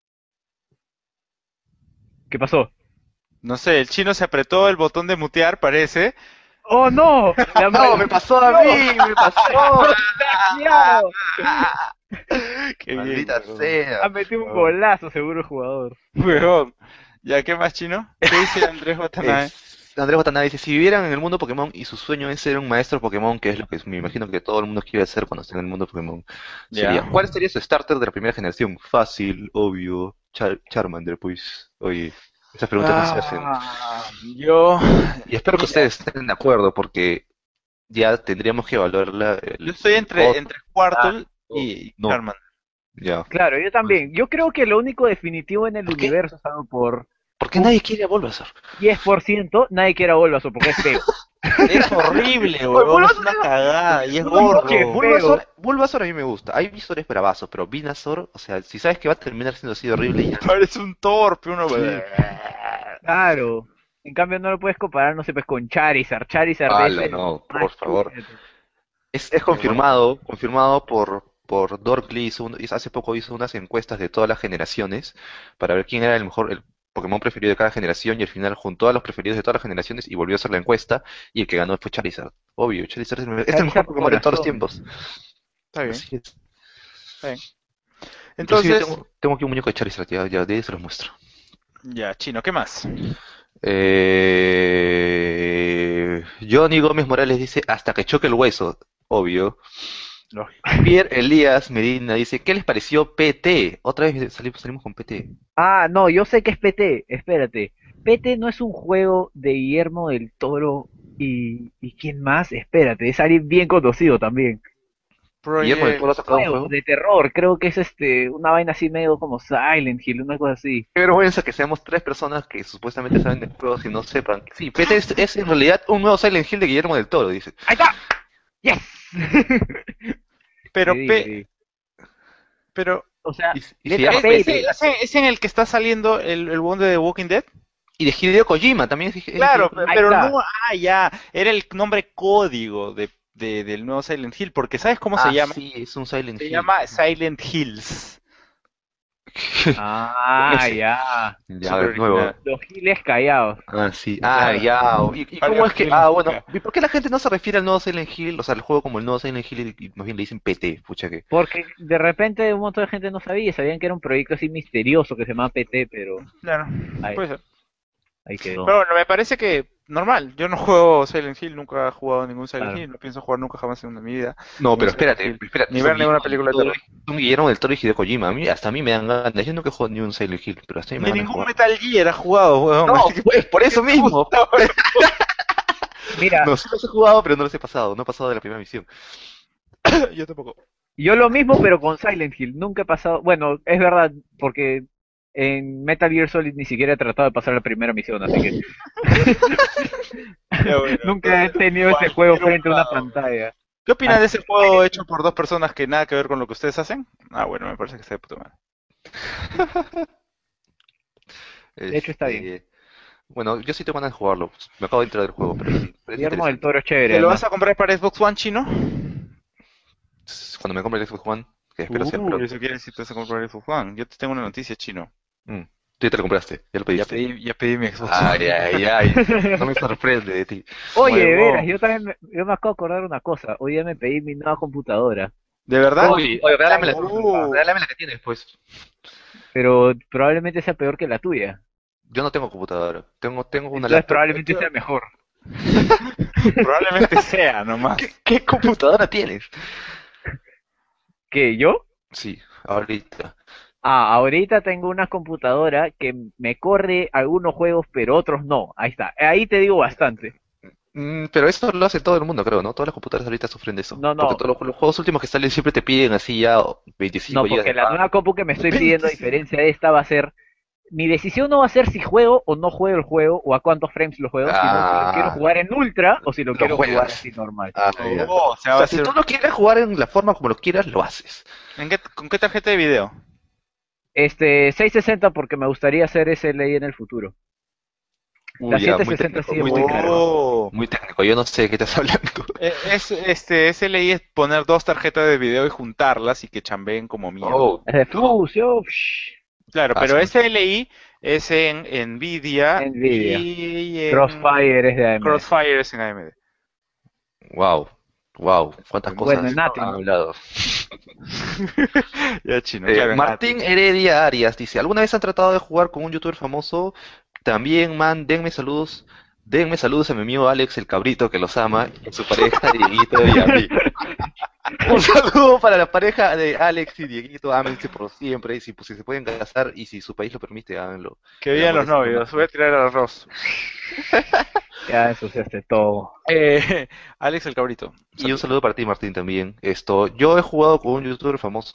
¿Qué pasó? No sé, el chino se apretó el botón de mutear, parece. ¡Oh, no! ¡La No, me pasó a maldición! mí, me pasó. ¡Nos hackearon! Qué bien, Maldita huevón. Ha sea. metido un Huevón. golazo, seguro el jugador. Huevón. Ya, ¿qué más, chino? ¿Qué dice Andrés Watanabe? Andrés Watanabe dice, si vivieran en el mundo Pokémon y su sueño es ser un maestro Pokémon, que es lo que me imagino que todo el mundo quiere hacer cuando esté en el mundo Pokémon, Ya. ¿cuál sería su starter de la primera generación? Fácil, obvio, Charmander, pues, oye, esas preguntas no se hacen. Yo, Y espero que mira, ustedes estén de acuerdo, porque ya tendríamos que evaluar yo estoy entre costo, Squirtle todo. y No, Charmander. Ya. Claro, yo Pues, también. Yo creo que lo único definitivo en el ¿por qué? universo, salvo por ¿Por qué un nadie quiere a Bulbasaur? 10%, nadie quiere a Bulbasaur porque es feo. Es horrible, Oye, huevón, es Bulbasaur, una cagada y es Qué gordo. feo. Bulbasaur a mí me gusta. Hay visores bravazos, pero Venusaur, o sea, si sabes que va a terminar siendo así de horrible, ya. Parece un torpe, uno. Sí. Claro. En cambio no lo puedes comparar, no sé, pues con Charizard. Charizard es Hala, el no, más por chucha favor. de todos. Es Qué bueno. confirmado por Dorkly, hace poco hizo unas encuestas de todas las generaciones para ver quién era el mejor, el Pokémon preferido de cada generación y al final juntó a los preferidos de todas las generaciones y volvió a hacer la encuesta y el que ganó fue Charizard. Obvio, Charizard es el mejor Charizard Pokémon de todos los corazón. tiempos. Está bien, Así es. está bien. Inclusive Entonces, tengo aquí un muñeco de Charizard, ya de ahí se los muestro. ya, chino, ¿qué más? Johnny Gómez Morales dice, hasta que choque el hueso, obvio. Lógico. Pierre Elías Medina dice, ¿qué les pareció PT? Otra vez salimos con PT. Ah, no, yo sé que es PT. Espérate. PT no es un juego de Guillermo del Toro y ¿quién más? Espérate, es alguien bien conocido también. Guillermo del Project. Toro ha sacado un Juego juego. de terror, creo que es una vaina así medio como Silent Hill, una cosa así. Qué vergüenza que seamos tres personas que supuestamente saben de juegos y no sepan. Sí, PT es en realidad un nuevo Silent Hill de Guillermo del Toro, dice. ¡Ahí está! ¡Yes! Le Pero, di, le di. pero, O sea, Y se letra llama P y ese, PT. letra ese, T. ese en el que está saliendo el bond de The Walking Dead. Y de Hideo Kojima, también es de Hideo Claro, Kojima. Ahí pero está. no, ya, era el nombre código del nuevo Silent Hill, porque ¿sabes cómo se Ah, llama? sí, es un Silent Se Hill. llama Silent Hills. Con Ah, ese. ya. Ya, Súper de nuevo. original. Los giles callados. Ah, sí. Ah, Claro. ya. ¿Y cómo es que? Silent Ah, bueno. Hill. ¿Y por qué la gente no se refiere al nuevo Silent Hill? O sea, al juego como el nuevo Silent Hill y más bien le dicen PT. Pucha que. Porque de repente un montón de gente no sabía, sabían que era un proyecto así misterioso que se llamaba PT, pero Claro, ahí, puede ser. ahí quedó. Pero bueno, me parece que normal. Yo no juego Silent Hill, nunca he jugado ningún Silent Claro. Hill, no pienso jugar nunca jamás en mi vida No, ningún pero Silent espérate, Hill, espérate. ni ver ninguna película de terror. Son Guillermo del Toro y Hideo Kojima. Hasta a mí me dan ganas. Yo nunca he jugado ni un Silent Hill, pero hasta a mí me Ni dan ganas de ningún jugar. Metal Gear ha jugado, weón. No, Así que pues por ¿qué eso te mismo. gusta, weón? Mira, No, sí los he jugado, pero no los he pasado. No he pasado de la primera misión. Yo tampoco. yo lo mismo, pero con Silent Hill. Nunca he pasado, bueno, es verdad, porque en Metal Gear Solid ni siquiera he tratado de pasar la primera misión, así que Ya bueno, nunca he entonces, tenido ese juego cualquier frente a una hurgado. pantalla. ¿Qué opinan de Así ese que juego hecho por dos personas que nada que ver con lo que ustedes hacen? Ah, bueno, me parece que está de puta madre. de hecho está bien. Este, bueno, yo sí tengo ganas de jugarlo. Me acabo de entrar del juego, pero sí, es Guillermo del interesante. Toro es chévere, ¿Te lo además. vas a comprar para Xbox One chino? Cuando me compre el Xbox One, que espero sea pronto. Eso quiere decir que te vas a comprar Xbox One. Yo te tengo una noticia chino. Mm, tú ya te lo compraste, ya lo pediste. Ya pedí mi Xbox Ay, One. ay, ay. No me sorprende de ti. Oye, de veras, Huevón. yo me acabo de acordar una cosa. Hoy día me pedí mi nueva computadora. ¿De verdad? Juego, Oye, Uh, regálame la que tienes, pues. pero probablemente sea peor que la tuya. Yo no tengo computadora. Tengo una Entonces laptop. probablemente sea mejor. probablemente sea nomás. ¿Qué computadora tienes? ¿Qué, yo? Sí, ahorita. Ah, ahorita tengo una computadora que me corre algunos juegos, pero otros no. Ahí está. Ahí te digo bastante. Pero eso lo hace todo el mundo, creo, ¿no? Todas las computadoras ahorita sufren de eso. No, Porque no. todos los juegos últimos que salen siempre te piden así ya 25 No, gigas de porque la RAM. nueva compu que me estoy pidiendo, a 25. diferencia de esta, va a ser... Mi decisión no va a ser si juego o no juego el juego o a cuántos frames lo juego, sino si lo quiero Ah, jugar en ultra o si lo lo quiero jugar juegas. así normal. Ah, ya. Oh, o sea, O va sea, a si ser... tú lo quieres jugar en la forma como lo quieras, lo haces. ¿Con qué tarjeta de video? 660 porque me gustaría hacer SLI en el futuro. La Ya, muy 760 técnico, sí es muy muy cara. técnico. Oh, Muy técnico, yo no sé de qué estás hablando. SLI es poner dos tarjetas de video y juntarlas y que chambeen como mierda. Oh, Es de no. Fusio, Claro, Ah, pero SLI es en Nvidia Nvidia. y en Crossfire es de AMD. Crossfire es en AMD. wow, wow, cuántas Bueno, cosas en han Atom. hablado. Ya chino, claro, en ATI. Martín Heredia Arias dice, ¿alguna vez han tratado de jugar con un youtuber famoso? También, man, denme saludos a mi amigo Alex el Cabrito que los ama, y a su pareja Dieguito y a mí. Un saludo para la pareja de Alex y Dieguito, ámense por siempre, y si se pueden casar y si su país lo permite, háganlo. Que El vivan amor los es lo novios, voy a máximo. tirar el arroz. Ya ensuciaste todo. Alex el Cabrito, Y un saludos. saludo para ti, Martín, también. Yo he jugado con un youtuber famoso.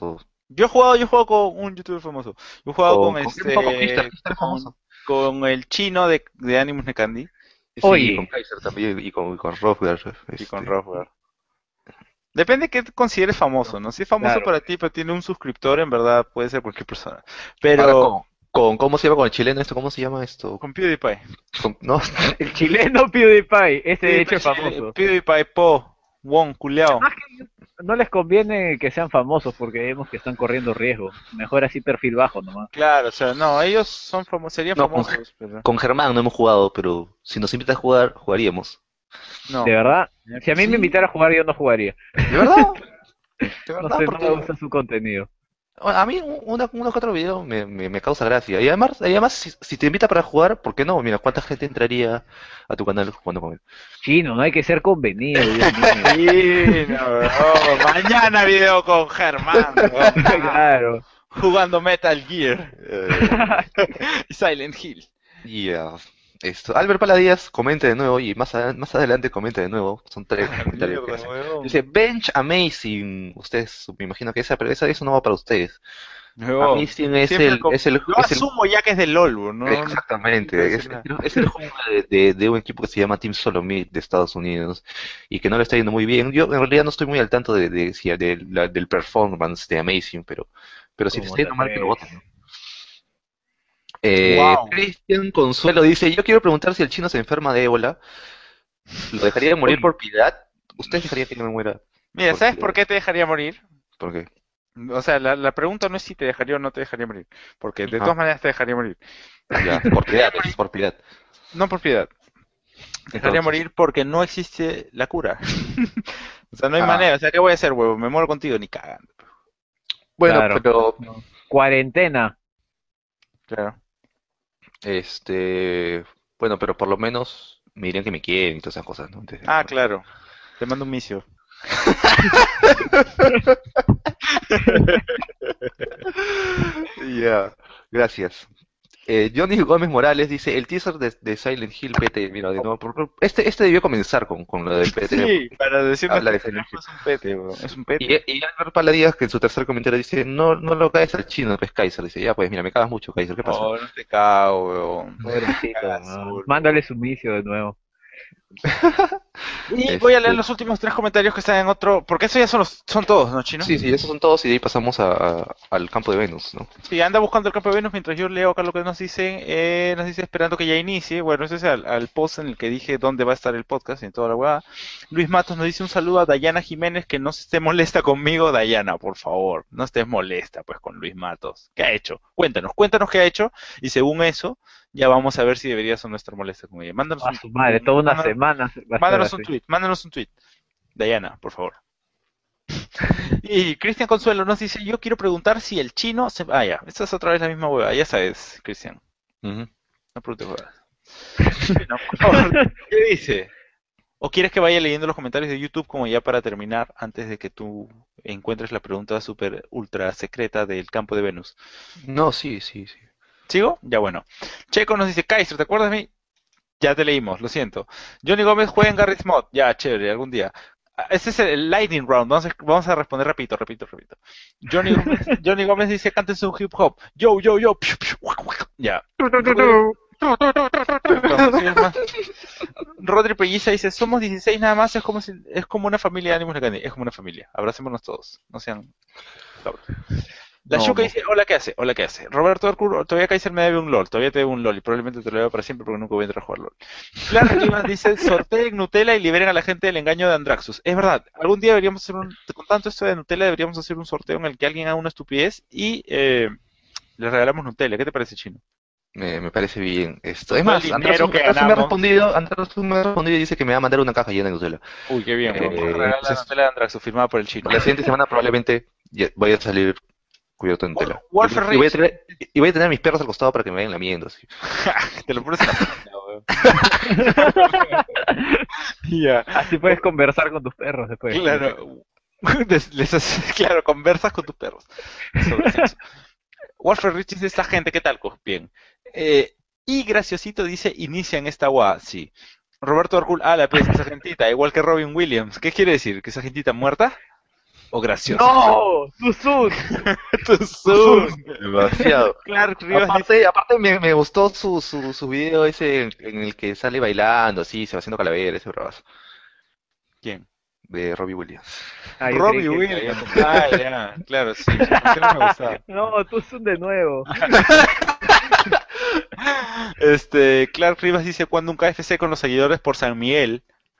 Yo he jugado con un youtuber famoso. Yo he jugado ¿Con quién jugó? Con Kister, Kister es con, famoso. con el chino de Animus Nekandi Sí, con Oye, Kaiser también y con Rothgar, y con Rothgar. Depende de qué consideres famoso, ¿no? Si es famoso claro, para ti, pero tiene un suscriptor, en verdad puede ser cualquier persona. Ahora Pero ¿cómo se llama con el chileno esto? ¿Cómo se llama esto? con PewDiePie. No, el chileno PewDiePie, ese de hecho PewDiePie, es famoso. PewDiePie, Po, Wong, culeao. Además que no les conviene que sean famosos porque vemos que están corriendo riesgo. Mejor así perfil bajo nomás. Claro, o sea, no, ellos son famosos, serían no, famosos, pero con Germán no hemos jugado, pero si nos invitas a jugar, jugaríamos. De no. verdad, si a mí me Sí, invitara a jugar yo no jugaría. ¿de verdad? De No verdad, sé, no me porque gusta su contenido. bueno, a mí uno que otro video me causa gracia. Y además si te invita para jugar, ¿por qué no? Mira, ¿cuánta gente entraría a tu canal jugando con él? Chino, no hay que ser convenido, Dios mío. Sí, no, bro. Mañana video con Germán, bro. Claro. Jugando Metal Gear Eh, y Silent Hill. y esto. Albert Paladías comenta de nuevo y más adelante comenta de nuevo. Son tres Ah, comentarios que mierda, hace. weón. Dice, Bench Amazing. Ustedes, me imagino que pero eso no va para ustedes. Weón. Amazing es Siempre el, con... es el, Yo es el asumo ya que es de LOL, bro. No quiero Exactamente, decir es, nada. es el juego de un equipo que se llama Team Solomid de Estados Unidos y que no le está yendo muy bien. Yo en realidad no estoy muy al tanto del performance de Amazing, pero si te ¿Cómo está te yendo mal, que lo atreves? voten, ¿no? Wow. Cristian Consuelo dice, yo quiero preguntar si el chino se enferma de ébola, ¿lo dejaría morir Oye, por piedad? ¿Ustedes dejarían que no me muera Mira, por ¿sabes por piedad? qué te dejaría morir? ¿Por qué? O sea, la pregunta no es si te dejaría o no te dejaría morir, porque de Ah, todas maneras te dejaría morir. ya, por piedad, es por piedad. No por piedad, te dejaría Entonces, morir porque no existe la cura. O sea, no hay ah, manera. O sea, ¿qué voy a hacer, huevo? Me muero contigo, ni cagando. bueno, claro. pero No. Cuarentena. Claro. Este, bueno, pero por lo menos me dirían que me quieren y todas esas cosas, ¿no? Antes de Ah, morir. claro. Te mando un misio. Ya, gracias. Johnny Gómez Morales dice, el teaser de Silent Hill PT, mira, de nuevo, este debió comenzar con lo del PT, Sí, porque para decirnos habla que de este Silent carajo Hill. es un pete, weón. Es un Y pete. Albert Paladías, que en su tercer comentario dice, no lo caes al chino, pues Kaiser, dice, ya pues mira, me cagas mucho, Kaiser, ¿qué pasa? Oh, no te cago, weón. Pobrecito, Cagas weón. solo, Mándale weón. su misio de nuevo. Y voy a leer Este, los últimos tres comentarios que están en otro, porque eso ya son todos, ¿no, Chino? sí, esos son todos y de ahí pasamos al campo de Venus, ¿no? Sí, anda buscando el campo de Venus mientras yo leo acá lo que nos dicen. Nos dice esperando que ya inicie. Bueno, ese es al post en el que dije dónde va a estar el podcast y en toda la hueá. Luis Matos nos dice un saludo a Dayana Jiménez, que no se esté molesta conmigo. Dayana, por favor, no estés molesta pues con Luis Matos. ¿Qué ha hecho? Cuéntanos qué ha hecho y según eso ya vamos a ver si deberías o no estar molesta con ella. A su madre, toda una semana va a estar así. Mándanos un tweet. Dayana, por favor. Y Cristian Consuelo nos dice, yo quiero preguntar si el chino se... Ah, ya, esta es otra vez la misma hueá, ya sabes, Cristian, Ujú. no preguntes huevadas. Chino, por favor, ¿qué dice? ¿O quieres que vaya leyendo los comentarios de YouTube como ya para terminar, antes de que tú encuentres la pregunta súper ultra secreta del campo de Venus? No, sí. ¿Sigo? Ya bueno. Checo nos dice, Kaiser, ¿te acuerdas de mí? Ya te leímos, lo siento. Johnny Gómez juega en Garry's Mod. Ya, chévere, algún día. Este es el Lightning Round. Vamos a responder repito. Johnny Gómez dice, canten su hip hop. Yo. Piu, piu, guac, guac. Ya. Sí, es más. Rodri Pelliza dice, somos 16 nada más, es como una familia de ánimos de Candy. Es como una familia. Abracémonos todos. No sean cabros. La No, Shuka no. dice, hola, ¿qué hace? Hola, ¿qué hace? Roberto Arcur, todavía Kaiser me debe un LOL, todavía te debe un LOL y probablemente te lo deba para siempre porque nunca voy a entrar a jugar LOL. Clara Rivas dice, sorteen Nutella y liberen a la gente del engaño de Andraxus. Es verdad, algún día deberíamos hacer con tanto esto de Nutella, deberíamos hacer un sorteo en el que alguien haga una estupidez y le regalamos Nutella. ¿Qué te parece, Chino? Me parece bien esto. Con Es todo el más, dinero que Andrés me ha ganamos. respondido, y dice que me va a mandar una caja llena de Nutella. Uy, qué bien, bro. Nos regala la Entonces, Nutella de Andraxus firmada por el Chino. la siguiente semana probablemente voy a salir cubierto de Nutella. Warfare Y voy a Rich. tener, y voy a tener a mis perros al costado para que me vayan lamiendo, así. Te lo pones en la página, weón. Ya. Así puedes conversar con tus perros después. Claro. Claro, conversas con tus perros sobre sexo. Warfare Rich dice esta gente, ¿qué tal? Bien. Y Graciosito dice, inician esta guada. Sí. Roberto Arcul, la pues esa gentita, igual que Robin Williams. ¿Qué quiere decir? ¿Que esa gentita muerta? o gracioso. ¡No! ¡Tuzun! Tuzun. Demasiado. Clark Rivas dice, Aparte me gustó su video ese en el que sale bailando, así, se va haciendo calavera, ese bravazo, ¿quién? de Robbie Williams. Ah, yo creí Robbie que había Williams. comido. Ah, ya, claro, sí. Ese me gustaba. No, Tuzun de nuevo. Clark Rivas dice, cuando un KFC con los seguidores por San Miguel.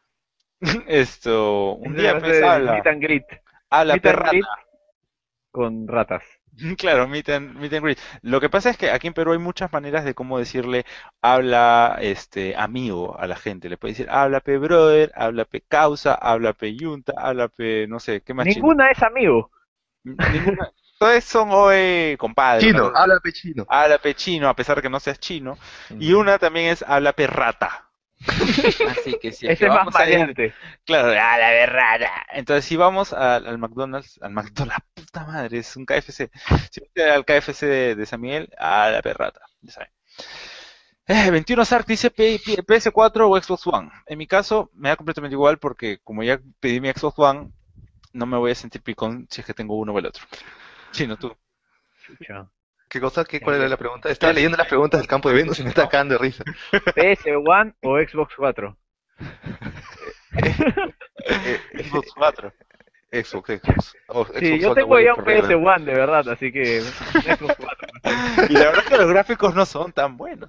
Un Ese va día a pues ser el meet and greet. habla Meet and perrata. greet con ratas. Claro, meet and greet. Lo que pasa es que aquí en Perú hay muchas maneras de cómo decirle habla amigo a la gente. Le puede decir habla pe brother, habla pe causa, habla pe yunta, habla pe no sé, ¿qué más chino? Ninguna es amigo. Ninguna. Todos son oe compadre, una Chino, cosa así. habla pechino. Habla pe chino, a pesar de que no seas chino. Y Mm. una también es habla pe rata. Así que si es Ese que es más vamos a ir, maleante. claro, a la berrada. Entonces, si vamos al McDonald's, la puta madre, es un KFC. Si vamos al KFC de San Miguel, a la perrata, ya saben. 21 Sark dice PS4 o Xbox One. En mi caso, me da completamente igual porque como ya pedí mi Xbox One, no me voy a sentir picón si es que tengo uno o el otro. Sí, no tú. Chucha. ¿Qué cosa? ¿Cuál era la pregunta? Estaba leyendo las preguntas del campo de Venus y me está cagando de risa. PS1 o Xbox 4. Xbox 4. Xbox. Sí, yo One tengo igual ya un por regla. PS1 de verdad, así que Xbox 4. Y la verdad es que los gráficos no son tan buenos.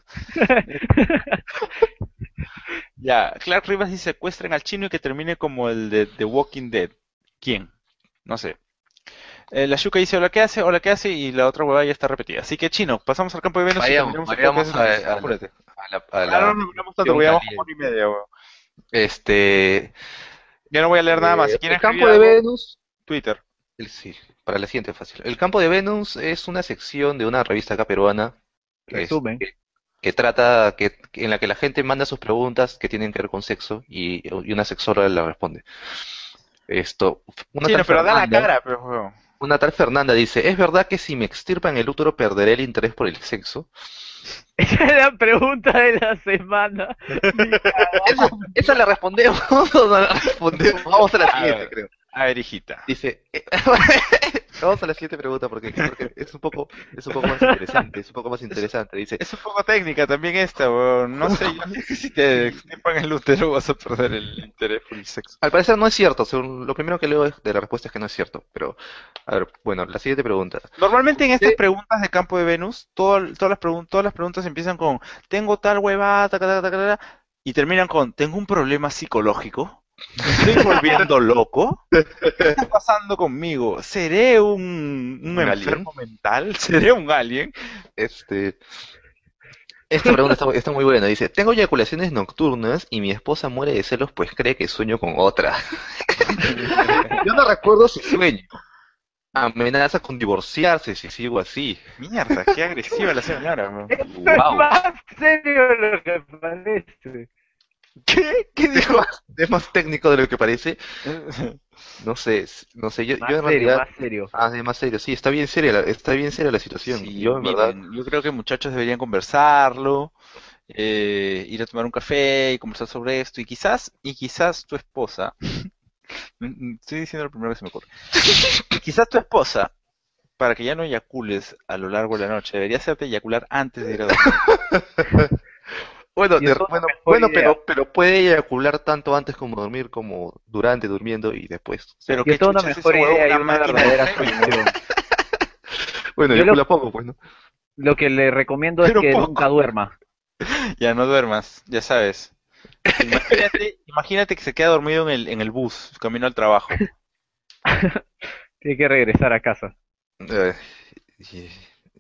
Ya, Clark Rivas dice secuestren al chino y que termine como el de The Walking Dead. ¿Quién? No sé. La Yuka dice hola qué hace y la otra huevada ya está repetida. Así que chino, pasamos al campo de Venus y terminamos el Vayamos podcast. a Apúrate. la Ah, no hablamos tanto, porque llevamos como hora y media, weón. Este, Ya no voy a leer nada más. Si quieren el campo escribir de algo, Venus, Twitter. sí, para la siguiente fácil. El campo de Venus es una sección de una revista acá peruana Resumen. que trata, en la que la gente manda sus preguntas que tienen que ver con sexo y una sexóloga le responde. Una Chino, tal pero da la Fernanda, cara, pero weón. una tal Fernanda dice, ¿es verdad que si me extirpan el útero perderé el interés por el sexo? Esa es la pregunta de la semana. Ni Esa la respondemos o no la respondemos. Vamos a la siguiente, creo. A ver, hijita. Dice, vamos a la siguiente pregunta porque es un poco más interesante, es un poco más interesante. Dice, Es un poco técnica también esta, weón. No sé, yo creo que si te extirpan el útero vas a perder el interés por el sexo. al parecer no es cierto, según lo primero que leo de la respuesta es que no es cierto, pero, a ver, bueno, la siguiente pregunta. Normalmente en estas Sí. preguntas de campo de Venus, todas las preguntas empiezan con tengo tal huevada, taca, taca, taca, taca, y terminan con tengo un problema psicológico, me estoy volviendo loco, ¿qué está pasando conmigo? ¿Seré un ¿Un enfermo mental? ¿Seré un alien? Este, esta pregunta está muy buena. Dice, tengo eyaculaciones nocturnas y mi esposa muere de celos pues cree que sueño con otra. Yo no recuerdo si sueño. Amenaza con divorciarse si sigo así. Mierda, qué agresiva la señora, weón. Esto es Wow. más serio de lo que parece. ¿Qué? ¿Qué Es dijo? es más técnico de lo que parece. No sé, yo Más en serio, realidad... más serio. Ah, es más serio, sí, está bien seria la situación. Sí, Yo en verdad... miren, yo creo que muchachos deberían conversarlo, ir a tomar un café y conversar sobre esto, y quizás tu esposa, estoy diciendo lo primero que se me ocurre, y quizás tu esposa, para que ya no eyacules a lo largo de la noche, debería hacerte eyacular antes de ir a dormir. Bueno, Y es una mejor bueno, idea. pero puede eyacular tanto antes como dormir como durante durmiendo y después. O sea, Pero Y qué es toda una chucha es mejor ese huevo, idea y una una máquina de verdadera semen, solución. bueno, Yo eyacula poco, pues, ¿no? Lo que le recomiendo es Pero que poco. nunca duerma. Ya no duermas, ya sabes. Imagínate que se queda dormido en el bus, camino al trabajo. Tiene que regresar a casa. Eh, y,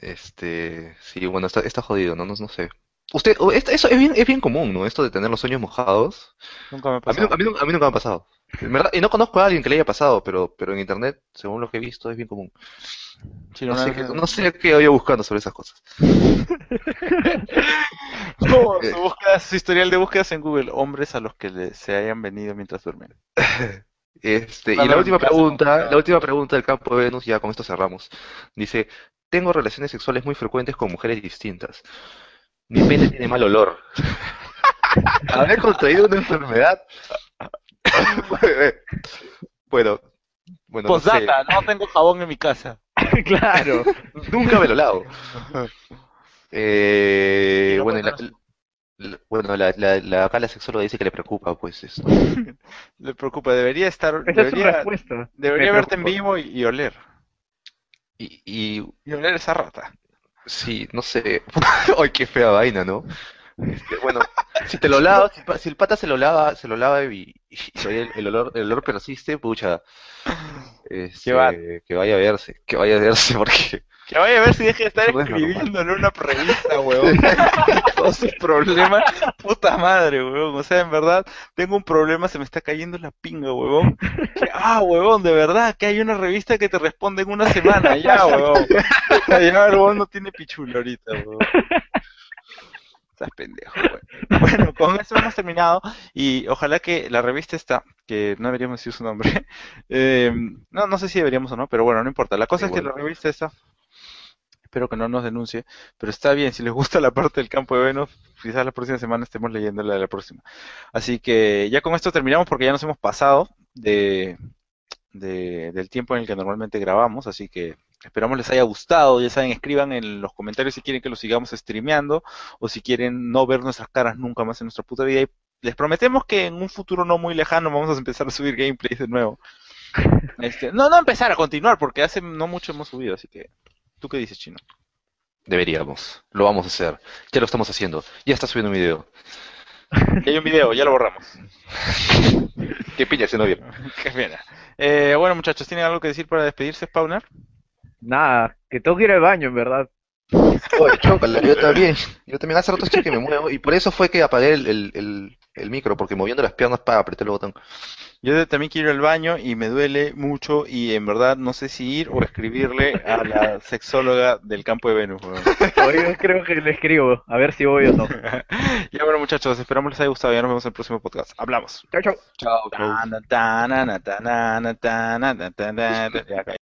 sí, bueno, está jodido, ¿no? No sé. Eso es bien común, ¿no? Esto de tener los sueños mojados. Nunca me ha A mí, pasado. a mí nunca me ha pasado. En verdad, y no conozco a alguien que le haya pasado, pero en internet, según lo que he visto, es bien común. Sí, No sé qué había buscando sobre esas cosas. No, Eh, su historial de búsquedas en Google, hombres a los que se hayan venido mientras duermen. y Buscando en mi caso, la última pregunta del campo de Venus, ya con esto cerramos. Dice, tengo relaciones sexuales muy frecuentes con mujeres distintas. Mi pene tiene mal olor. ¿Habré contraído una enfermedad? Bueno, no sé. postdata, no tengo jabón en mi casa. Claro. Nunca me lo lavo. Y no Bueno, puede tener bueno, acá la sexóloga dice que le preocupa, pues, esto. le preocupa, debería estar, Esa es su respuesta. Me debería verte en preocupa. vivo y oler. Y Y oler esa rata. sí, no sé. Ay, qué fea vaina, ¿no? Bueno, si te lo lavas, si el pata se lo lava y todavía el olor persiste, pucha, Que va, que vaya a verse, porque que vaya a ver si deje de estar eso no es normal. escribiendo en una revista, huevón. Todos sus problemas, puta madre, huevón. O sea, en verdad, tengo un problema, se me está cayendo la pinga, huevón. Huevón, de verdad, que hay una revista que te responde en una semana, ya, huevón. Puta, ya, el huevón no tiene pichula ahorita, huevón. Estás pendejo, güey. Bueno, con eso hemos terminado y ojalá que la revista esta, que no deberíamos decir su nombre, eh, no sé si deberíamos o no, pero bueno, no importa. La cosa es que Igual. la revista esta, espero que no nos denuncie, pero está bien, si les gusta la parte del campo de Venus, quizás la próxima semana estemos leyendo la de la próxima. Así que ya con esto terminamos porque ya nos hemos pasado del tiempo en el que normalmente grabamos, así que esperamos les haya gustado, ya saben, escriban en los comentarios si quieren que lo sigamos streameando o si quieren no ver nuestras caras nunca más en nuestra puta vida y les prometemos que en un futuro no muy lejano vamos a empezar a subir gameplays de nuevo. No empezar a continuar porque hace no mucho hemos subido, así que ¿tú qué dices, Chino? Deberíamos, lo vamos a hacer, ya lo estamos haciendo, ya está subiendo un video. Ya hay un video, ya lo borramos. ¿Qué piña se no vio? Qué pena. Bueno, muchachos, ¿tienen algo que decir para despedirse, Spawner? Nada, que tengo que ir al baño, en verdad. Oye, chócala, yo también hace rato estoy que me muevo, y por eso fue que apagué el micro, porque moviendo las piernas para apretar el botón. También quiero ir al baño y me duele mucho y en verdad no sé si ir o escribirle a la sexóloga del campo de Venus, weón. Hoy yo creo que le escribo, a ver si voy o no. Ya bueno muchachos, esperamos les haya gustado, ya nos vemos en el próximo podcast. Hablamos. Chao, chao. Chao, chao. Tan, tan, tan, tan, tan, tan, tan, tan, tan, tan. Ya,